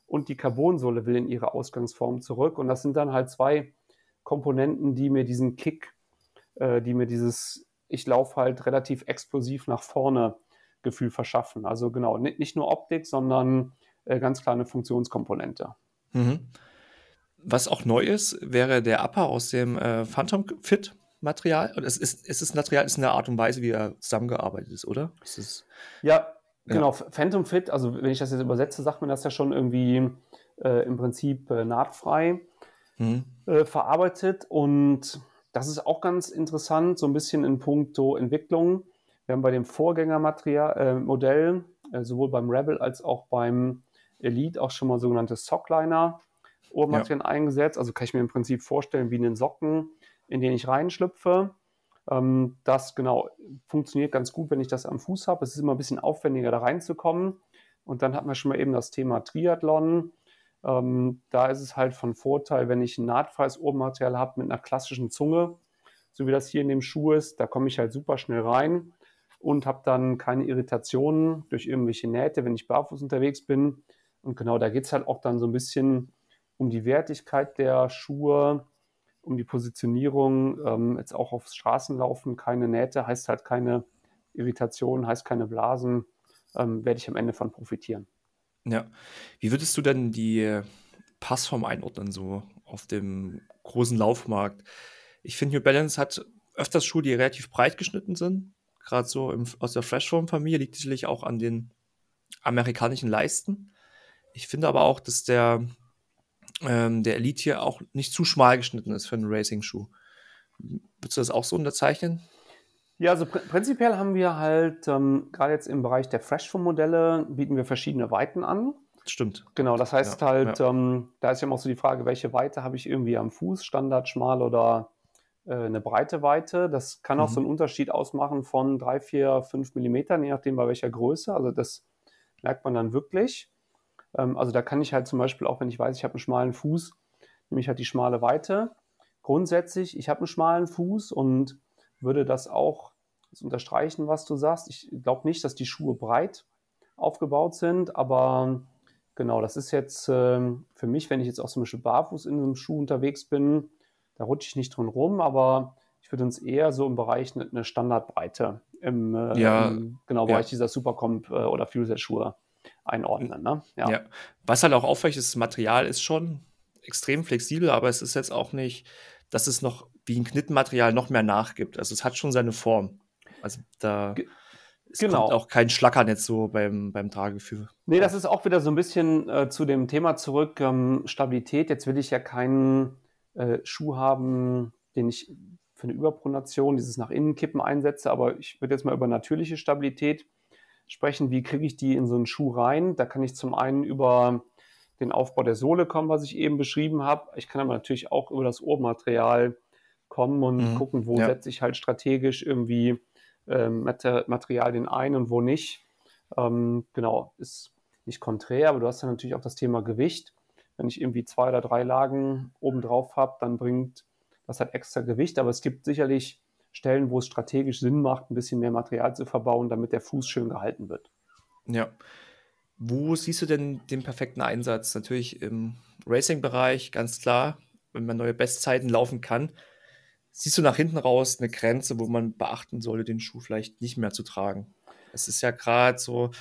und die Carbonsohle will in ihre Ausgangsform zurück. Und das sind dann halt zwei Komponenten, die mir diesen Kick, äh, die mir dieses, ich laufe halt relativ explosiv nach vorne Gefühl verschaffen. Also genau, nicht, nicht nur Optik, sondern äh, ganz klar eine Funktionskomponente.
Mhm. Was auch neu ist, wäre der Upper aus dem äh, Phantom Fit Material. Und es ist, es ist Material, ist eine Art und Weise, wie er zusammengearbeitet ist, oder? Es ist,
Ja,
ja.
genau. Phantom Fit, also wenn ich das jetzt übersetze, sagt man das ja schon irgendwie äh, im Prinzip äh, nahtfrei
Mhm.
äh, verarbeitet. Und das ist auch ganz interessant, so ein bisschen in puncto Entwicklung. Wir haben bei dem Vorgängermodell äh, Modell, äh, sowohl beim Rebel als auch beim Elite auch schon mal sogenannte Sockliner
Ja.
Ohrmaterialien eingesetzt. Also kann ich mir im Prinzip vorstellen wie einen Socken, in den ich reinschlüpfe. Ähm, das genau funktioniert ganz gut, wenn ich das am Fuß habe. Es ist immer ein bisschen aufwendiger, da reinzukommen. Und dann hatten wir schon mal eben das Thema Triathlon. Ähm, da ist es halt von Vorteil, wenn ich ein nahtfreies Ohrmaterial habe mit einer klassischen Zunge, so wie das hier in dem Schuh ist. Da komme ich halt super schnell rein und habe dann keine Irritationen durch irgendwelche Nähte, wenn ich barfuß unterwegs bin. Und genau, da geht es halt auch dann so ein bisschen um die Wertigkeit der Schuhe, um die Positionierung, ähm, jetzt auch aufs Straßenlaufen, keine Nähte, heißt halt keine Irritation, heißt keine Blasen, ähm, werde ich am Ende von profitieren.
Ja. Wie würdest du denn die Passform einordnen, so auf dem großen Laufmarkt? Ich finde, New Balance hat öfters Schuhe, die relativ breit geschnitten sind. Gerade so im, aus der Freshform-Familie liegt sicherlich auch an den amerikanischen Leisten. Ich finde aber auch, dass der, ähm, der Elite hier auch nicht zu schmal geschnitten ist für einen Racing-Schuh. Würdest du das auch so unterzeichnen?
Ja, also pr prinzipiell haben wir halt, ähm, gerade jetzt im Bereich der Freshform-Modelle bieten wir verschiedene Weiten an.
Stimmt.
Genau, das
Ja,
heißt halt,
ja.
ähm, da ist ja immer so die Frage, welche Weite habe ich irgendwie am Fuß, Standard, schmal oder äh, eine breite Weite. Das kann auch so
Mhm.
einen Unterschied ausmachen von drei, vier, fünf Millimetern, je nachdem bei welcher Größe. Also das merkt man dann wirklich. Ähm, also da kann ich halt zum Beispiel auch, wenn ich weiß, ich habe einen schmalen Fuß, nehme ich halt die schmale Weite. Grundsätzlich, ich habe einen schmalen Fuß und würde das auch das unterstreichen, was du sagst. Ich glaube nicht, dass die Schuhe breit aufgebaut sind, aber genau, das ist jetzt ähm, für mich, wenn ich jetzt auch zum Beispiel barfuß in einem Schuh unterwegs bin, da rutsche ich nicht drin rum, aber ich würde uns eher so im Bereich eine, eine Standardbreite im, äh,
Ja,
im genau
ja.
Bereich dieser Supercomp äh, oder Fuelset-Schuhe einordnen. Ne? Ja.
Ja. Was halt auch auffällt, ist, das Material ist schon extrem flexibel, aber es ist jetzt auch nicht, dass es noch wie ein Knittenmaterial noch mehr nachgibt. Also es hat schon seine Form. Also da
Ge
es kommt
genau.
auch kein Schlackern jetzt so beim, beim Tragegefühl
Nee, das
auf.
ist auch wieder so ein bisschen äh, zu dem Thema zurück, ähm, Stabilität. Jetzt will ich ja keinen äh, Schuh haben, den ich für eine Überpronation, dieses nach innen kippen einsetze, aber ich würde jetzt mal über natürliche Stabilität sprechen. Wie kriege ich die in so einen Schuh rein? Da kann ich zum einen über den Aufbau der Sohle kommen, was ich eben beschrieben habe. Ich kann aber natürlich auch über das Ohrmaterial kommen und
Mhm.
gucken, wo
Ja.
setze ich halt strategisch irgendwie ähm, Mater Materialien ein und wo nicht. Ähm, genau, ist nicht konträr, aber du hast ja natürlich auch das Thema Gewicht. Wenn ich irgendwie zwei oder drei Lagen oben drauf habe, dann bringt das halt extra Gewicht. Aber es gibt sicherlich Stellen, wo es strategisch Sinn macht, ein bisschen mehr Material zu verbauen, damit der Fuß schön gehalten wird.
Ja. Wo siehst du denn den perfekten Einsatz? Natürlich im Racing-Bereich, ganz klar, wenn man neue Bestzeiten laufen kann. Siehst du nach hinten raus eine Grenze, wo man beachten sollte, den Schuh vielleicht nicht mehr zu tragen? Es ist ja gerade so,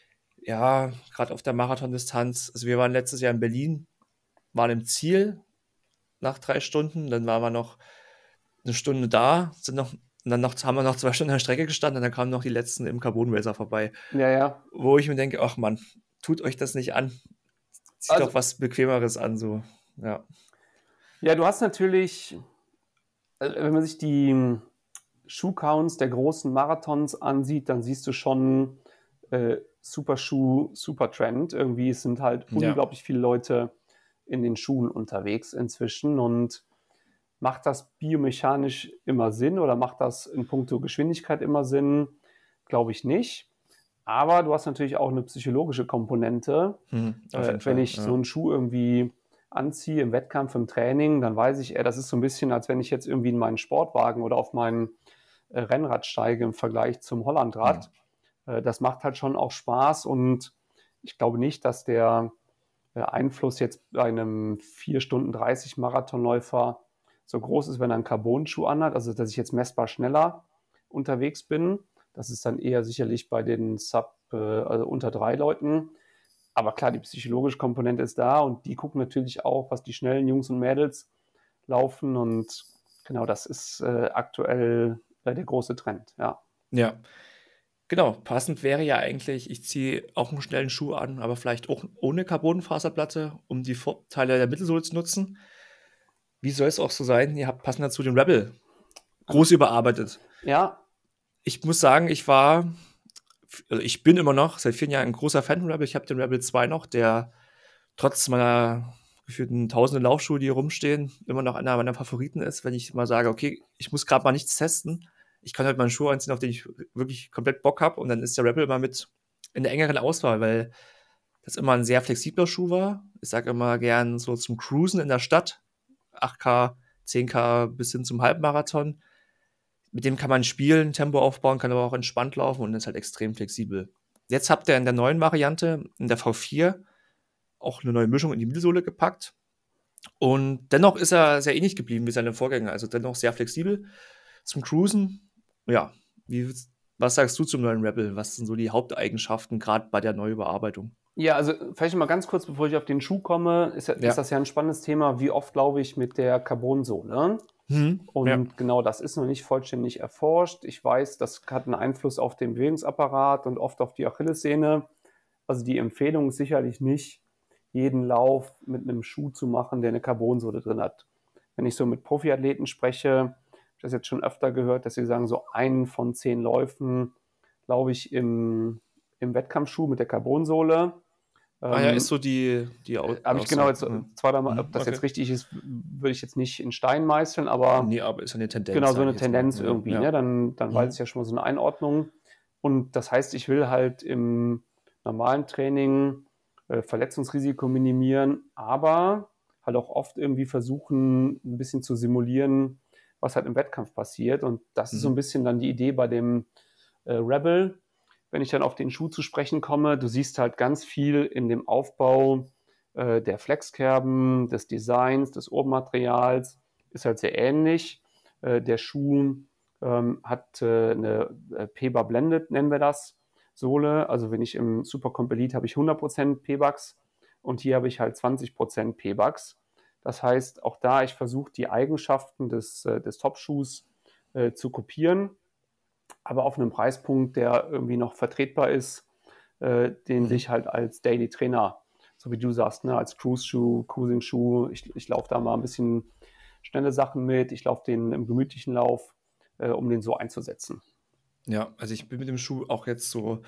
ja, gerade auf der Marathondistanz. Also wir waren letztes Jahr in Berlin, waren im Ziel nach drei Stunden, dann waren wir noch eine Stunde da, sind noch, und dann noch, haben wir noch zwei Stunden an der Strecke gestanden und dann kamen noch die letzten im Carbon Racer vorbei,
Ja, ja.
wo ich mir denke, ach Mann, tut euch das nicht an. Zieht
Also,
doch was Bequemeres an, so. Ja.
ja, du hast natürlich, äh, wenn man sich die Schuhcounts der großen Marathons ansieht, dann siehst du schon äh, Super Schuh, Super Trend. Irgendwie sind halt
Ja.
unglaublich viele Leute in den Schuhen unterwegs inzwischen. Und macht das biomechanisch immer Sinn oder macht das in puncto Geschwindigkeit immer Sinn? Glaube ich nicht. Aber du hast natürlich auch eine psychologische Komponente.
Mhm, auf
Äh,
jeden
wenn
Fall,
ich so
ja.
einen Schuh irgendwie anziehe im Wettkampf, im Training, dann weiß ich, ey, das ist so ein bisschen, als wenn ich jetzt irgendwie in meinen Sportwagen oder auf meinen äh, Rennrad steige im Vergleich zum
Mhm.
Hollandrad. Äh, das macht halt schon auch Spaß und ich glaube nicht, dass der äh, Einfluss jetzt bei einem vier Stunden dreißig Marathonläufer so groß ist, wenn er einen Carbon-Schuh anhat, also dass ich jetzt messbar schneller unterwegs bin. Das ist dann eher sicherlich bei den Sub, äh, also unter drei Leuten. Aber klar, die psychologische Komponente ist da und die gucken natürlich auch, was die schnellen Jungs und Mädels laufen und genau, das ist äh, aktuell äh, der große Trend, ja.
Ja, genau. Passend wäre ja eigentlich, ich ziehe auch einen schnellen Schuh an, aber vielleicht auch ohne Carbonfaserplatte, um die Vorteile der Mittelsohle zu nutzen. Wie soll es auch so sein? Ihr habt passend dazu den Rebel groß überarbeitet.
Ja,
Ich muss sagen, ich war, also ich bin immer noch seit vielen Jahren ein großer Fan von Rebel. Ich habe den Rebel zwei noch, der trotz meiner gefühlten tausende Laufschuhe, die hier rumstehen, immer noch einer meiner Favoriten ist, wenn ich mal sage, okay, ich muss gerade mal nichts testen. Ich kann halt mal einen Schuh anziehen, auf den ich wirklich komplett Bock habe. Und dann ist der Rebel immer mit in der engeren Auswahl, weil das immer ein sehr flexibler Schuh war. Ich sage immer gern so zum Cruisen in der Stadt, acht K, zehn K bis hin zum Halbmarathon. Mit dem kann man spielen, Tempo aufbauen, kann aber auch entspannt laufen und ist halt extrem flexibel. Jetzt habt ihr in der neuen Variante, in der V vier, auch eine neue Mischung in die Mittelsohle gepackt. Und dennoch ist er sehr ähnlich geblieben wie seine Vorgänger, also dennoch sehr flexibel zum Cruisen. Ja, wie, was sagst du zum neuen Rebel? Was sind so die Haupteigenschaften, gerade bei der Neuüberarbeitung?
ja, also vielleicht mal ganz kurz, bevor ich auf den Schuh komme, ist, ja,
Ja.
ist das ja ein spannendes Thema, wie oft laufe ich mit der Carbonsohle?
Hm, ja.
Und genau, das ist noch nicht vollständig erforscht. Ich weiß, das hat einen Einfluss auf den Bewegungsapparat und oft auf die Achillessehne. Also die Empfehlung ist sicherlich nicht, jeden Lauf mit einem Schuh zu machen, der eine Carbonsohle drin hat. Wenn ich so mit Profiathleten spreche, habe ich das jetzt schon öfter gehört, dass sie sagen, so einen von zehn Läufen laufe ich im, im Wettkampfschuh mit der Carbonsohle.
Ah ja, ist
Ähm,
so die, die Au-
habe ich genau jetzt
Aussage.
zwei, drei Mal,
Hm,
ob das
okay.
jetzt richtig ist, würde ich jetzt nicht in Stein meißeln, aber
Nee, aber ist eine Tendenz.
genau so
sag
eine
ich jetzt mal.
Tendenz
Ja,
irgendwie,
ja.
ne? Dann, dann weiß
Mhm.
ich ja schon mal so eine Einordnung. Und das heißt, ich will halt im normalen Training äh, Verletzungsrisiko minimieren, aber halt auch oft irgendwie versuchen, ein bisschen zu simulieren, was halt im Wettkampf passiert. Und das ist so ein
Mhm.
bisschen dann die Idee bei dem äh, Rebel. Wenn ich dann auf den Schuh zu sprechen komme, du siehst halt ganz viel in dem Aufbau äh, der Flexkerben, des Designs, des Obermaterials, ist halt sehr ähnlich. Äh, der Schuh ähm, hat äh, eine äh, P-Bar Blended, nennen wir das, Sohle. Also wenn ich im Super Comp Elite habe ich hundert Prozent P-Bucks und hier habe ich halt zwanzig Prozent P-Bucks. Das heißt, auch da, ich versuche die Eigenschaften des, äh, des Top-Schuhs äh, zu kopieren, aber auf einem Preispunkt, der irgendwie noch vertretbar ist, äh, den
Mhm.
sich halt als Daily Trainer, so wie du sagst, ne, als Cruise-Schuh, Cruising-Schuh, ich, ich laufe da mal ein bisschen schnelle Sachen mit, ich laufe den im gemütlichen Lauf, äh, um den so einzusetzen.
Ja, also ich bin mit dem Schuh auch jetzt so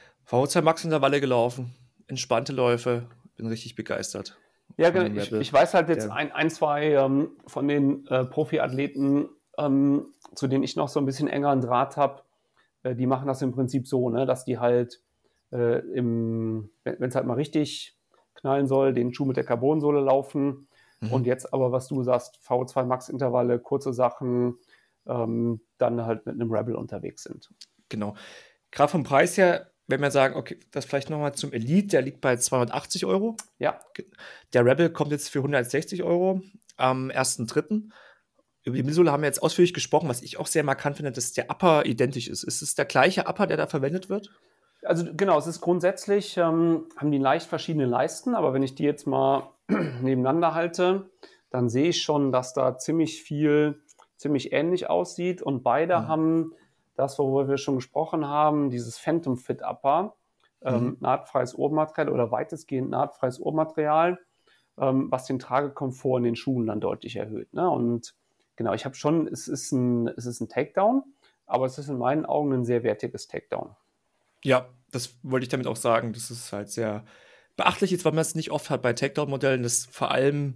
V zwei Max Intervalle gelaufen, entspannte Läufe, bin richtig begeistert
Ja,
von
genau.
dem
Ich,
Rebel.
ich weiß halt jetzt
Der,
ein, ein zwei ähm, von den äh, Profiathleten, ähm, zu denen ich noch so ein bisschen engeren Draht habe, äh, die machen das im Prinzip so, ne, dass die halt, äh, im, wenn es halt mal richtig knallen soll, den Schuh mit der Carbonsohle laufen. Und
mhm.
jetzt aber, was du sagst, V zwei Max-Intervalle, kurze Sachen, ähm, dann halt mit einem Rebel unterwegs sind.
Genau. Gerade vom Preis her, wenn wir sagen, okay, das vielleicht nochmal zum Elite, der liegt bei zweihundertachtzig Euro.
Ja,
Der Rebel kommt jetzt für hundertsechzig Euro am ersten dritten. Über die Mittelsohle haben wir jetzt ausführlich gesprochen, was ich auch sehr markant finde, dass der Upper identisch ist. Ist es der gleiche Upper, der da verwendet wird?
also genau, es ist grundsätzlich, ähm, haben die leicht verschiedene Leisten, aber wenn ich die jetzt mal nebeneinander halte, dann sehe ich schon, dass da ziemlich viel, ziemlich ähnlich aussieht und beide
Mhm.
haben das, worüber wir schon gesprochen haben, dieses Phantom Fit Upper, ähm,
Mhm.
nahtfreies Ohrmaterial oder weitestgehend nahtfreies Ohrmaterial, ähm, was den Tragekomfort in den Schuhen dann deutlich erhöht. Ne? Und genau, ich habe schon, es ist, ein, es ist ein Takedown, aber es ist in meinen Augen ein sehr wertiges Takedown.
Ja, das wollte ich damit auch sagen. Das ist halt sehr beachtlich ist, weil man es nicht oft hat bei Takedown-Modellen. Das vor allem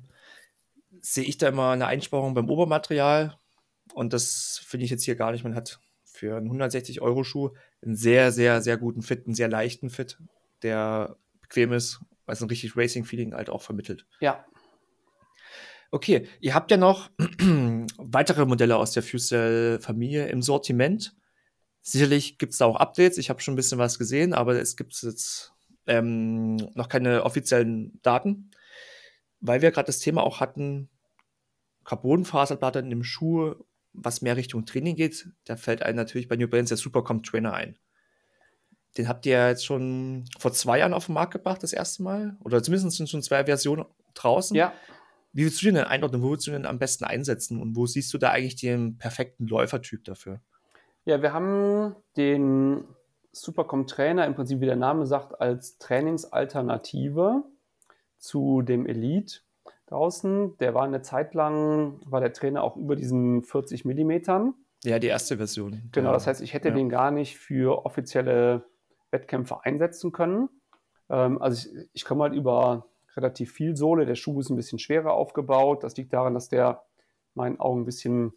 sehe ich da immer eine Einsparung beim Obermaterial. Und das finde ich jetzt hier gar nicht. Man hat für einen hundertsechzig-Euro-Schuh einen sehr, sehr, sehr guten Fit, einen sehr leichten Fit, der bequem ist, was ein richtig Racing-Feeling halt auch vermittelt.
Ja,
Okay, ihr habt ja noch weitere Modelle aus der Fußcell-Familie im Sortiment. Sicherlich gibt es da auch Updates. Ich habe schon ein bisschen was gesehen, aber es gibt jetzt ähm, noch keine offiziellen Daten, weil wir gerade das Thema auch hatten, Carbonfaserplatte in dem Schuh, was mehr Richtung Training geht. Da fällt einem natürlich bei New Balance der Supercomp Trainer ein. Den habt ihr ja jetzt schon vor zwei Jahren auf den Markt gebracht, das erste Mal. Oder zumindest sind schon zwei Versionen draußen.
Ja,
Wie willst du den denn einordnen? Wo willst du den am besten einsetzen? Und wo siehst du da eigentlich den perfekten Läufertyp dafür?
ja, wir haben den Supercom Trainer im Prinzip, wie der Name sagt, als Trainingsalternative zu dem Elite draußen. Der war eine Zeit lang, war der Trainer auch über diesen vierzig Millimetern.
Ja, die erste Version.
Genau,
Der,
das heißt, ich hätte
ja.
den gar nicht für offizielle Wettkämpfe einsetzen können. Ähm, also ich, ich komme halt über relativ viel Sohle. Der Schuh ist ein bisschen schwerer aufgebaut. Das liegt daran, dass der in meinen Augen ein bisschen,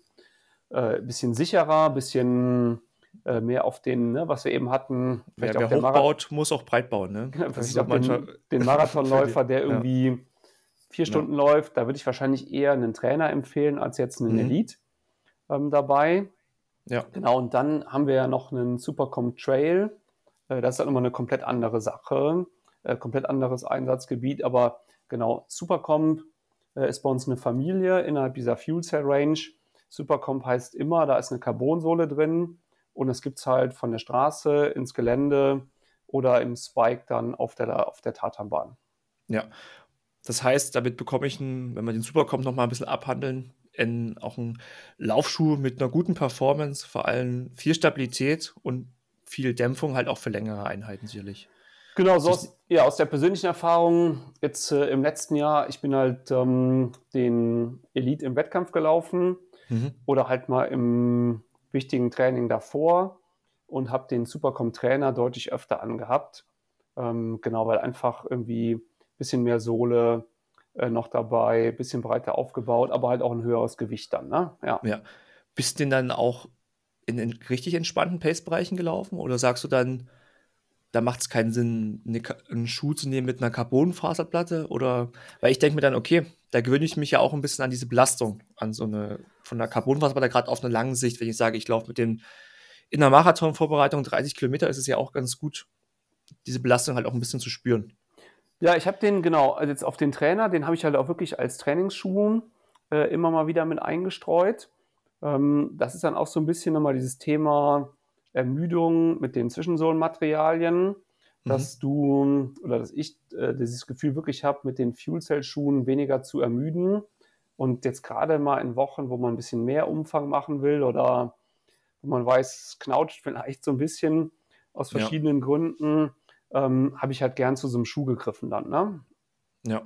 äh, bisschen sicherer, ein bisschen äh, mehr auf den, ne, was wir eben hatten.
Wer,
Vielleicht
wer
auch der
hochbaut,
Marathon,
muss auch breit bauen. Ne? Das
vielleicht
ist
auch
auch manchmal
den, den Marathonläufer, der
ja.
irgendwie vier Stunden
Ja.
läuft. Da würde ich wahrscheinlich eher einen Trainer empfehlen, als jetzt einen
Mhm.
Elite ähm, dabei.
Ja.
Genau, und dann haben wir ja noch einen Supercomp Trail. Äh, Das ist halt nochmal eine komplett andere Sache, äh, komplett anderes Einsatzgebiet. Aber genau, Supercomp äh, ist bei uns eine Familie innerhalb dieser Fuel Cell Range. Supercomp heißt immer, da ist eine Carbonsohle drin und es gibt es halt von der Straße ins Gelände oder im Spike dann auf der, auf der Tatanbahn.
Ja. Das heißt, damit bekomme ich, einen, wenn wir den Supercomp noch mal ein bisschen abhandeln, in, auch einen Laufschuh mit einer guten Performance, vor allem viel Stabilität und viel Dämpfung, halt auch für längere Einheiten sicherlich.
Genau, so
So
aus, ja, aus der persönlichen Erfahrung jetzt äh, im letzten Jahr, ich bin halt ähm, den Elite im Wettkampf gelaufen
mhm.
oder halt mal im wichtigen Training davor und habe den Supercom-Trainer deutlich öfter angehabt. Ähm, genau, weil einfach irgendwie ein bisschen mehr Sohle äh, noch dabei, ein bisschen breiter aufgebaut, aber halt auch ein höheres Gewicht dann. Ne? Ja.
Ja. Bist du denn dann auch in den richtig entspannten Pace-Bereichen gelaufen? Oder sagst du dann, da macht es keinen Sinn, eine, Ka- einen Schuh zu nehmen mit einer Carbonfaserplatte? Oder, weil ich denke mir dann, okay, da gewöhne ich mich ja auch ein bisschen an diese Belastung, an so eine, von der Carbonfaserplatte, gerade auf eine lange Sicht, wenn ich sage, ich laufe mit dem, in der Marathonvorbereitung dreißig Kilometer, ist es ja auch ganz gut, diese Belastung halt auch ein bisschen zu spüren.
Ja, ich habe den, genau, also jetzt auf den Trainer, den habe ich halt auch wirklich als Trainingsschuh äh, immer mal wieder mit eingestreut. Ähm, das ist dann auch so ein bisschen nochmal dieses Thema Ermüdung mit den Zwischensohlenmaterialien,
Mhm.
dass du oder dass ich äh, dieses Gefühl wirklich habe, mit den Fuel Cell Schuhen weniger zu ermüden. Und jetzt gerade mal in Wochen, wo man ein bisschen mehr Umfang machen will oder wo man weiß, es knautscht vielleicht so ein bisschen aus
Ja,
verschiedenen Gründen, ähm, habe ich halt gern zu so einem Schuh gegriffen dann. Ne?
ja.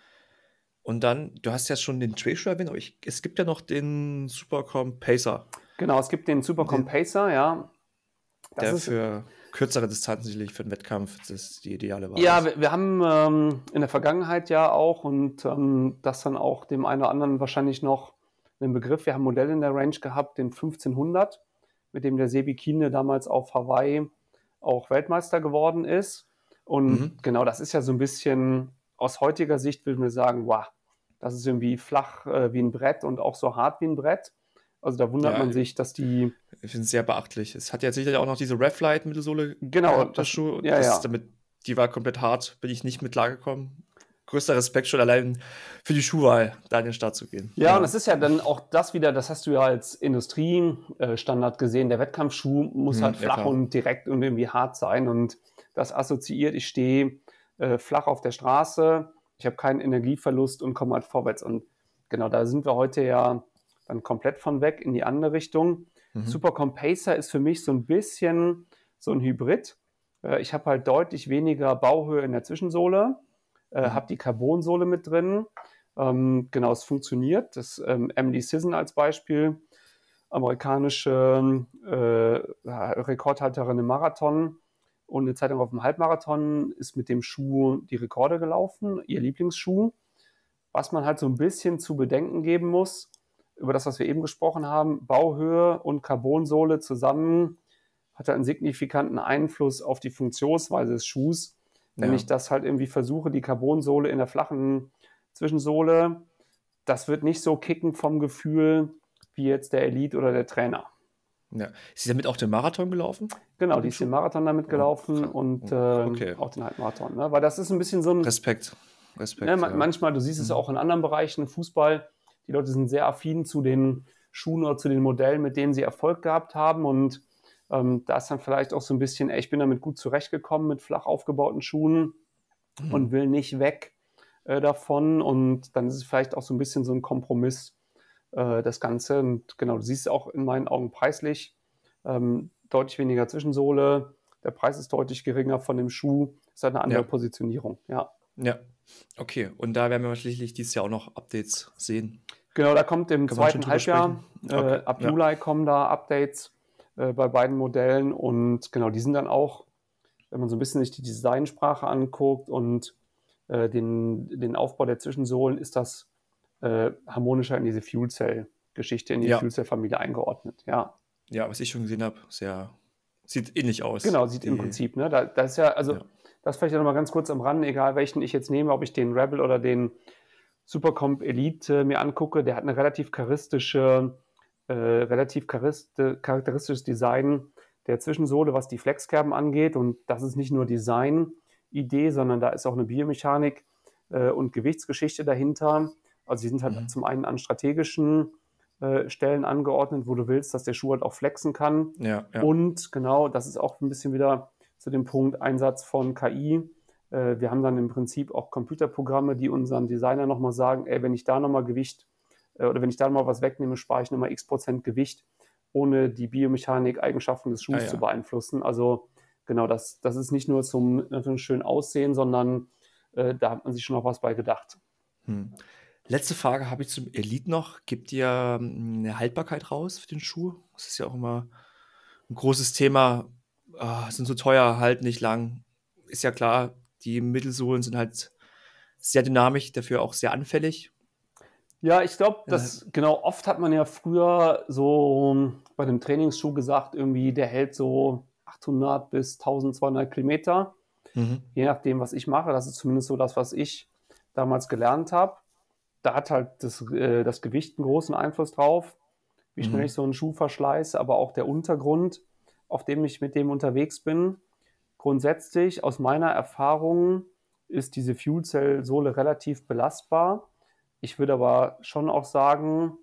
Und dann, du hast ja schon den Trailshoe erwähnt, aber ich, es gibt ja noch den Supercom Pacer,
Genau, es gibt den Supercomp
den,
Pacer, ja. Das
der
ist,
für kürzere Distanzen sicherlich für den Wettkampf das ist die ideale Wahl
ja,
ist.
wir, wir haben ähm, in der Vergangenheit ja auch und ähm, das dann auch dem einen oder anderen wahrscheinlich noch einen Begriff. Wir haben ein Modell in der Range gehabt, den fünfzehnhundert, mit dem der Sebi Kiene damals auf Hawaii auch Weltmeister geworden ist. Und
Mhm.
genau, das ist ja so ein bisschen aus heutiger Sicht, würden wir sagen, wow, das ist irgendwie flach äh, wie ein Brett und auch so hart wie ein Brett. Also da wundert
Ja,
man sich, dass die,
ich finde es sehr beachtlich. Es hat ja sicherlich auch noch diese Revlite-Mittelsohle
genau,
gehabt, das
das,
Schuh.
ja,
Das
ja.
damit, die war komplett hart, bin ich nicht mit klargekommen. Größter Respekt schon allein für die Schuhwahl, da in den Start zu gehen.
Ja, und
Ja.
es ist ja dann auch das wieder, das hast du ja als Industriestandard gesehen, der Wettkampfschuh muss
Hm,
halt
ja,
flach
klar.
und direkt und irgendwie hart sein und das assoziiert, ich stehe äh, flach auf der Straße, ich habe keinen Energieverlust und komme halt vorwärts und genau, da sind wir heute ja dann komplett von weg in die andere Richtung.
Mhm.
Supercomp Pacer ist für mich so ein bisschen so ein Hybrid. Äh, ich habe halt deutlich weniger Bauhöhe in der Zwischensohle, äh, habe
Mhm.
die Carbonsohle mit drin. Ähm, genau, es funktioniert. Das ähm, Emily Sisson als Beispiel, amerikanische äh, Rekordhalterin im Marathon und eine Zeit lang auf dem Halbmarathon, ist mit dem Schuh die Rekorde gelaufen, ihr Lieblingsschuh. Was man halt so ein bisschen zu bedenken geben muss, über das, was wir eben gesprochen haben, Bauhöhe und Carbonsohle zusammen hat einen signifikanten Einfluss auf die Funktionsweise des Schuhs. Wenn
Ja.
ich das halt irgendwie versuche, die Carbonsohle in der flachen Zwischensohle, das wird nicht so kicken vom Gefühl wie jetzt der Elite oder der Trainer.
Ja. Ist sie damit auch den Marathon gelaufen
Genau,
mit
die
dem
ist den
Schuh?
Marathon damit
Oh,
gelaufen
kra
und,
oh,
ähm,
okay.
auch den Halbmarathon, ne? Weil das ist 'n bisschen so 'n
Respekt,
ne,
Respekt,
ma
ja.
manchmal, du siehst es
Mhm.
auch in anderen Bereichen, Fußball, die Leute sind sehr affin zu den Schuhen oder zu den Modellen, mit denen sie Erfolg gehabt haben und, ähm, da ist dann vielleicht auch so 'n bisschen: „Ey, ich bin damit gut zurechtgekommen mit flach aufgebauten Schuhen und
Mhm.
will nicht weg, äh, davon." Und dann ist es vielleicht auch so 'n bisschen so 'n Kompromiss, äh, das Ganze. Und genau, du siehst auch in meinen Augen preislich, ähm, deutlich weniger Zwischensohle, der Preis ist deutlich geringer von dem Schuh. Ist halt 'ne andere
Ja.
Positionierung, ja.
Ja. Okay, und da werden wir wahrscheinlich dieses Jahr auch noch Updates sehen.
Genau, da kommt im
Kann man schon
zweiten
drüber
Halbjahr,
sprechen?
äh,
Okay,
ab
ja.
Juli kommen da Updates, äh, bei beiden Modellen und genau, die sind dann auch, wenn man so 'n bisschen sich die Designsprache anguckt und, äh, den den Aufbau der Zwischensohlen, ist das, äh, harmonischer in diese Fuel-Cell-Geschichte, in die
Ja.
Fuel-Cell-Familie eingeordnet, ja.
Ja, was ich schon gesehen habe, sehr sieht ähnlich aus,
Genau, sieht im
die
Prinzip, ne? Da da ist ja also,
ja.
das vielleicht auch noch mal ganz kurz am Rande, egal welchen ich jetzt nehme, ob ich den Rebel oder den Supercomp Elite mir angucke, der hat 'ne relativ charistische äh, relativ chariste charakteristisches Design der Zwischensohle, was die Flexkerben angeht. Und das ist nicht nur Designidee, sondern da ist auch 'ne Biomechanik, äh, und Gewichtsgeschichte dahinter. Also, die sind halt
Mhm.
zum einen an strategischen, äh, Stellen angeordnet, wo du willst, dass der Schuh halt auch flexen kann.
Ja, ja.
Und genau, das ist auch 'n bisschen wieder zu dem Punkt Einsatz von K I. Äh, wir haben dann im Prinzip auch Computerprogramme, die unseren Designern noch mal sagen: „Ey, wenn ich da noch mal Gewicht äh, oder wenn ich da noch mal was wegnehme, spare ich noch mal X Prozent Gewicht, ohne die Biomechanik-Eigenschaften des
Ah
Schuhs zu
ja.
beeinflussen." Also, genau, das das ist nicht nur zum zum schönen Aussehen, sondern, äh, da hat man sich schon auch was bei gedacht.
Mhm. Letzte Frage habe ich zum Elite noch. Gebt ihr, hm, 'ne Haltbarkeit raus für den Schuh? Das ist ja auch immer 'n großes Thema. Ah, sind so teuer, halten nicht lang. Ist ja klar, die Mittelsohlen sind halt sehr dynamisch, dafür auch sehr anfällig.
Ja, ich glaube,
Äh
dass genau, oft hat man ja früher so bei 'nem Trainingsschuh gesagt, irgendwie, der hält so achthundert bis tausendzweihundert Kilometer,
Mhm.
je nachdem, was ich mache. Das ist zumindest so das, was ich damals gelernt habe. Da hat halt das äh, das Gewicht 'n großen Einfluss drauf, wie schnell ich
Mhm.
so 'n Schuh verschleiße, aber auch der Untergrund, auf dem ich mit dem unterwegs bin. Grundsätzlich, aus meiner Erfahrung, ist diese Fuel-Cell-Sohle relativ belastbar. Ich würde aber schon auch sagen,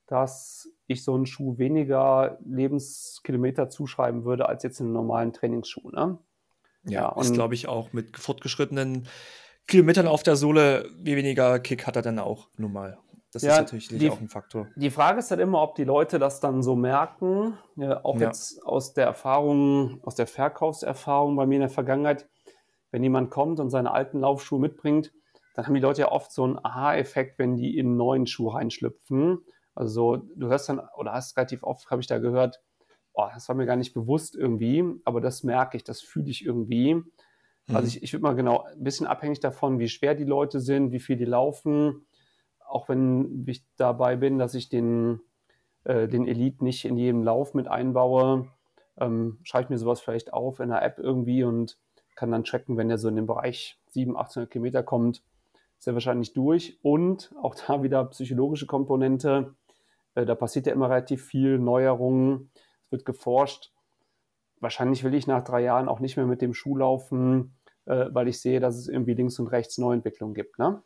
dass ich so 'n Schuh weniger Lebenskilometer zuschreiben würde als jetzt 'nem normalen Trainingsschuh, ne?
Ja,
Ja,
ist,
und
glaube ich, auch mit fortgeschrittenen Kilometern auf der Sohle wie weniger Kick hat er dann auch nun mal. Das ist
Ja,
natürlich sicherlich
die
auch
F
'n Faktor.
die Frage ist halt immer, ob die Leute das dann so merken. Ja, auch
Ja.
jetzt aus der Erfahrung aus der Verkaufserfahrung bei mir in der Vergangenheit. Wenn jemand kommt und seine alten Laufschuhe mitbringt, dann haben die Leute ja oft so 'n Aha-Effekt, wenn die in 'n neuen Schuh reinschlüpfen. Also, du hörst dann oder hast relativ oft, habe ich da gehört: „Oh, das war mir gar nicht bewusst irgendwie, aber das merke ich, das fühle ich irgendwie." Also,
Mhm.
ich ich würde mal genau 'n bisschen abhängig davon, wie schwer die Leute sind, wie viel die laufen. Auch wenn ich dabei bin, dass ich den äh, den Elite nicht in jedem Lauf mit einbaue, ähm, schreibe ich mir so was vielleicht auf in 'ner App irgendwie und kann dann tracken, wenn der so in den Bereich siebenhundert, achthundert Kilometer kommt, ist er wahrscheinlich durch. Und auch da wieder psychologische Komponente, äh, da passiert ja immer relativ viel, Neuerungen, es wird geforscht. Wahrscheinlich will ich nach drei Jahren auch nicht mehr mit dem Schuh laufen, äh, weil ich sehe, dass es irgendwie links und rechts Neuentwicklungen gibt, ne?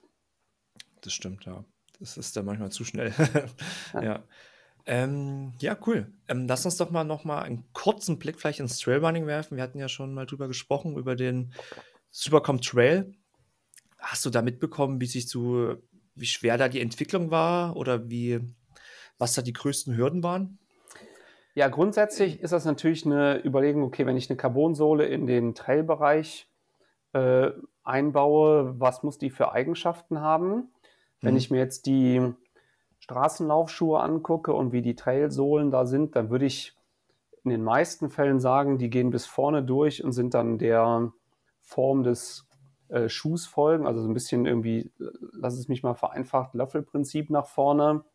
Das stimmt, ja. Das ist dann manchmal zu schnell.
Ja.
Ja. Ähm, ja, cool. Ähm, lass uns doch mal noch mal einen kurzen Blick vielleicht ins Trailrunning werfen. Wir hatten ja schon mal drüber gesprochen, über den Supercomp Trail. Hast du da mitbekommen, wie sich so wie schwer da die Entwicklung war oder wie was da die größten Hürden waren?
Ja, grundsätzlich ist das natürlich 'ne Überlegung, okay, wenn ich 'ne Carbonsohle in den Trail-Bereich, äh, einbaue, was muss die für Eigenschaften haben? Wenn ich
Mhm.
mir jetzt die Straßenlaufschuhe angucke und wie die Trailsohlen da sind, dann würde ich in den meisten Fällen sagen, die gehen bis vorne durch und sind dann der Form des, äh, Schuhs folgen. Also, so 'n bisschen irgendwie, l lass es mich mal vereinfacht, Löffelprinzip nach vorne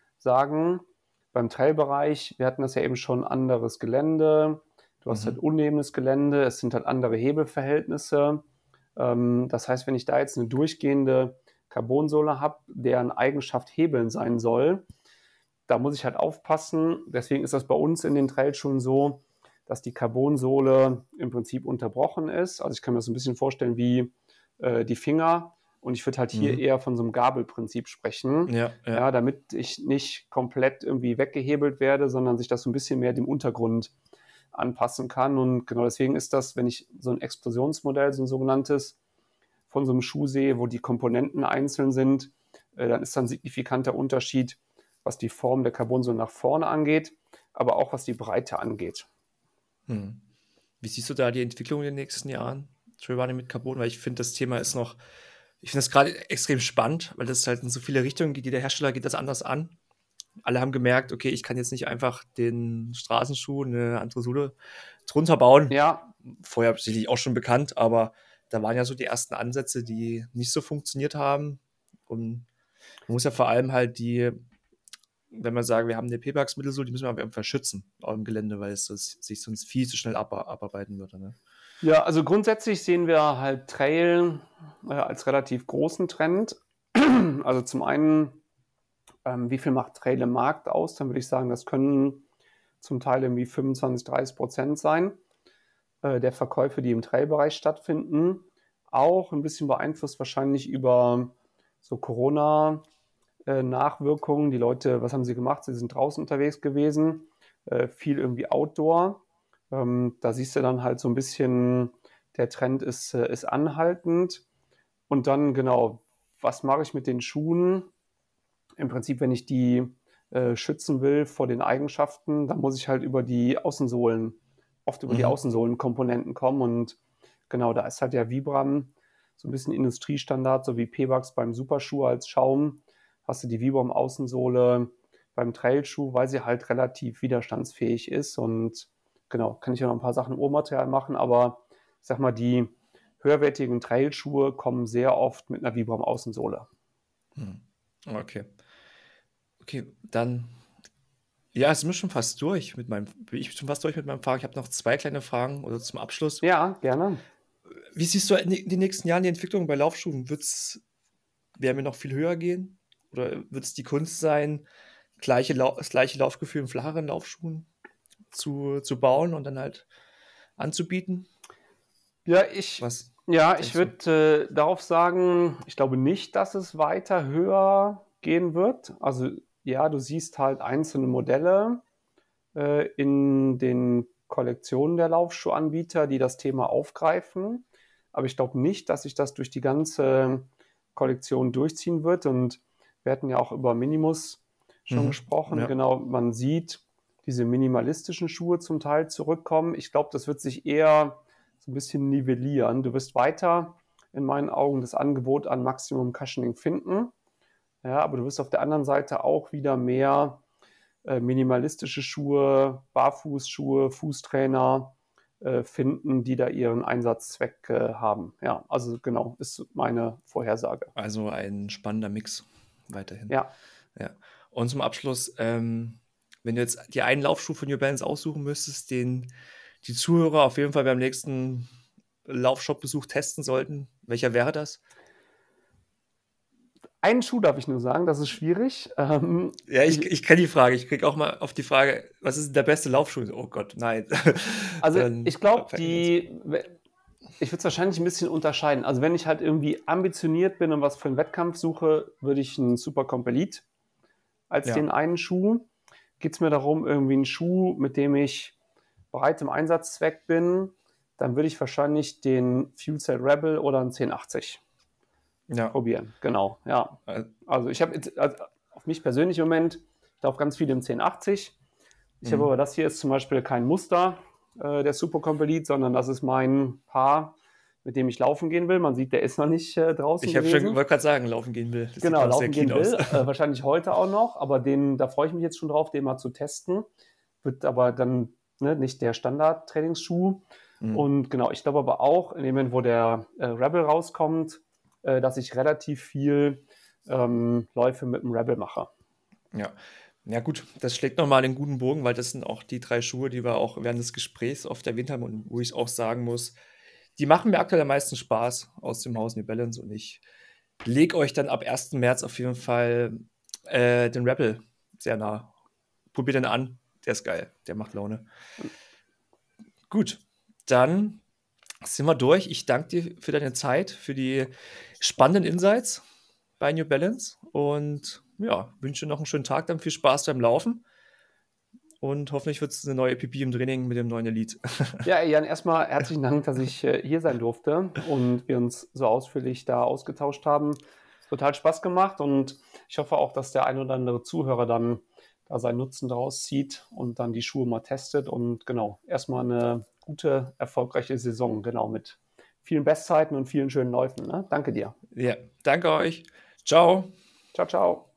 sagen. Beim Trail-Bereich, wir hatten das ja eben schon, anderes Gelände. Du hast halt
Mhm.
unebenes Gelände, es sind halt andere Hebelverhältnisse. Ähm, das heißt, wenn ich da jetzt 'ne durchgehende Carbonsohle habe, deren Eigenschaft Hebeln sein soll da muss ich halt aufpassen. Deswegen ist das bei uns in den Trailschuhen so, dass die Carbonsohle im Prinzip unterbrochen ist. Also ich kann mir das so ein bisschen vorstellen wie äh, die Finger. Und ich würde halt hier
Mhm.
eher von so einem Gabelprinzip sprechen,
Ja, ja.
ja, damit ich nicht komplett irgendwie weggehebelt werde, sondern sich das so ein bisschen mehr dem Untergrund anpassen kann. Und genau deswegen ist das, wenn ich so ein Explosionsmodell, so ein sogenanntes, von so einem Schuh sehe, wo die Komponenten einzeln sind, äh, dann ist da ein signifikanter Unterschied, was die Form der Carbonsohle nach vorne angeht, aber auch was die Breite angeht.
Hm. Wie siehst du da die Entwicklung in den nächsten Jahren, Trailrunning mit Carbon? Weil ich finde, das Thema ist noch, ich finde das gerade extrem spannend, weil das halt in so viele Richtungen geht. Jeder Hersteller geht das anders an. Alle haben gemerkt, okay, ich kann jetzt nicht einfach den Straßenschuh eine andere Sohle drunter bauen.
Ja,
Vorher sicherlich auch schon bekannt, aber da waren ja so die ersten Ansätze, die nicht so funktioniert haben. Und man muss ja vor allem halt die, wenn wir sagen, wir haben eine P-Bax-Mittelsohle, die müssen wir einfach schützen auf dem Gelände, weil es das sich sonst viel zu schnell ab abarbeiten würde. Ne?
ja, also grundsätzlich sehen wir halt Trail äh, als relativ großen Trend. Also zum einen, ähm, wie viel macht Trail im Markt aus? Dann würde ich sagen, das können zum Teil irgendwie fünfundzwanzig, dreißig Prozent sein äh, der Verkäufe, die im Trailbereich stattfinden. Auch ein bisschen beeinflusst wahrscheinlich über so Corona-Nachwirkungen. Die Leute, was haben sie gemacht? Sie sind draußen unterwegs gewesen, äh, viel irgendwie Outdoor. Ähm, da siehst du dann halt so ein bisschen, der Trend ist, äh, ist anhaltend. Und dann genau, was mache ich mit den Schuhen? Im Prinzip, wenn ich die äh, schützen will vor den Eigenschaften, dann muss ich halt über die Außensohlen, oft über die
Mhm.
Außensohlenkomponenten kommen. Und genau, da ist halt der Vibram so ein bisschen Industriestandard, so wie Pebax beim Superschuh als Schaum. Hast du die Vibram Außensohle beim Trailschuh, weil sie halt relativ widerstandsfähig ist. Und genau, kann ich ja noch ein paar Sachen im Ohrmaterial machen, aber ich sag mal, die höherwertigen Trailschuhe kommen sehr oft mit einer Vibram Außensohle.
Hm. Okay. Okay, dann, ja, sind wir schon fast durch mit meinem, bin ich schon fast durch mit meinem Fragen. Ich habe noch zwei kleine Fragen oder zum Abschluss.
Ja, gerne.
Wie siehst du in den nächsten Jahren die Entwicklung bei Laufschuhen? Wird's, werden wir noch viel höher gehen? Oder wird es die Kunst sein, gleiche Lau das gleiche Laufgefühl in flacheren Laufschuhen zu, zu bauen und dann halt anzubieten?
Ja, ich,
Was
ja, ich
denkst du?
würde äh, darauf sagen, ich glaube nicht, dass es weiter höher gehen wird. Also ja, du siehst halt einzelne Modelle äh, in den Kollektionen der Laufschuhanbieter, die das Thema aufgreifen. Aber ich glaube nicht, dass sich das durch die ganze Kollektion durchziehen wird. Und wir hatten ja auch über Minimus schon
Mhm.
gesprochen.
Ja.
Genau, man sieht diese minimalistischen Schuhe zum Teil zurückkommen. Ich glaube, das wird sich eher so ein bisschen nivellieren. Du wirst weiter in meinen Augen das Angebot an Maximum Cushioning finden. Ja, aber du wirst auf der anderen Seite auch wieder mehr äh, minimalistische Schuhe, Barfußschuhe, Fußtrainer äh, finden, die da ihren Einsatzzweck äh, haben. Ja, also genau, ist meine Vorhersage.
Also ein spannender Mix weiterhin.
Ja,
Ja. Und zum Abschluss, ähm, wenn du jetzt die einen Laufschuh von New Balance aussuchen müsstest, den die Zuhörer auf jeden Fall beim nächsten Laufshop-Besuch testen sollten, welcher wäre das?
einen Schuh darf ich nur sagen, das ist schwierig. Ähm,
Ja, ich,
ich,
ich kenne die Frage. Ich kriege auch mal auf die Frage, was ist denn der beste Laufschuh? Oh Gott, nein.
also
Dann
ich glaube,
fällt mir ganz.
die, ich würde es wahrscheinlich ein bisschen unterscheiden. Also wenn ich halt irgendwie ambitioniert bin und was für einen Wettkampf suche, würde ich einen Super Compelite als
Ja,
den einen Schuh. Geht es mir darum, irgendwie einen Schuh, mit dem ich bereit im Einsatzzweck bin, dann würde ich wahrscheinlich den Fuel Cell Rebel oder einen zehn achtzig
ja.
probieren. Genau, ja.
Äh,
Also ich habe jetzt also auf mich persönlich im Moment, ich laufe ganz viel im zehn achtzig. Ich habe
mhm.
aber, das hier ist zum Beispiel kein Muster äh, der Super Complete, sondern das ist mein Paar, mit dem ich laufen gehen will. Man sieht, der ist noch nicht äh, draußen
Ich habe schon,
gewesen.
wollte gerade sagen, laufen gehen will. Das sieht
Genau,
noch sehr
laufen
clean
gehen
aus.
will, äh, wahrscheinlich heute auch noch, aber den, da freue ich mich jetzt schon drauf, den mal zu testen. Wird aber dann ne, nicht der Standard-Trainingsschuh.
Mhm.
Und genau, ich glaube aber auch, in dem Moment, wo der äh, Rebel rauskommt, äh, dass ich relativ viel ähm, Läufe mit dem Rebel mache.
Ja. Ja, gut, das schlägt nochmal den guten Bogen, weil das sind auch die drei Schuhe, die wir auch während des Gesprächs oft erwähnt haben und wo ich auch sagen muss, die machen mir aktuell am meisten Spaß aus dem Haus New Balance und ich lege euch dann ab ersten März auf jeden Fall äh, den Rebel sehr nah. probiert den an. Der ist geil. Der macht Laune. Gut, dann sind wir durch. Ich danke dir für deine Zeit, für die spannenden Insights bei New Balance und ja, wünsche noch einen schönen Tag, dann viel Spaß beim Laufen und hoffentlich wird es eine neue P P im Training mit dem neuen Elite.
Ja, Jan, erstmal herzlichen Dank, dass ich äh, hier sein durfte und wir uns so ausführlich da ausgetauscht haben. Total Spaß gemacht und ich hoffe auch, dass der ein oder andere Zuhörer dann da seinen Nutzen daraus zieht und dann die Schuhe mal testet und genau, erstmal eine gute, erfolgreiche Saison, genau, mit vielen Bestzeiten und vielen schönen Läufen. Ne? Danke dir.
Ja, danke euch. Ciao.
Ciao, ciao.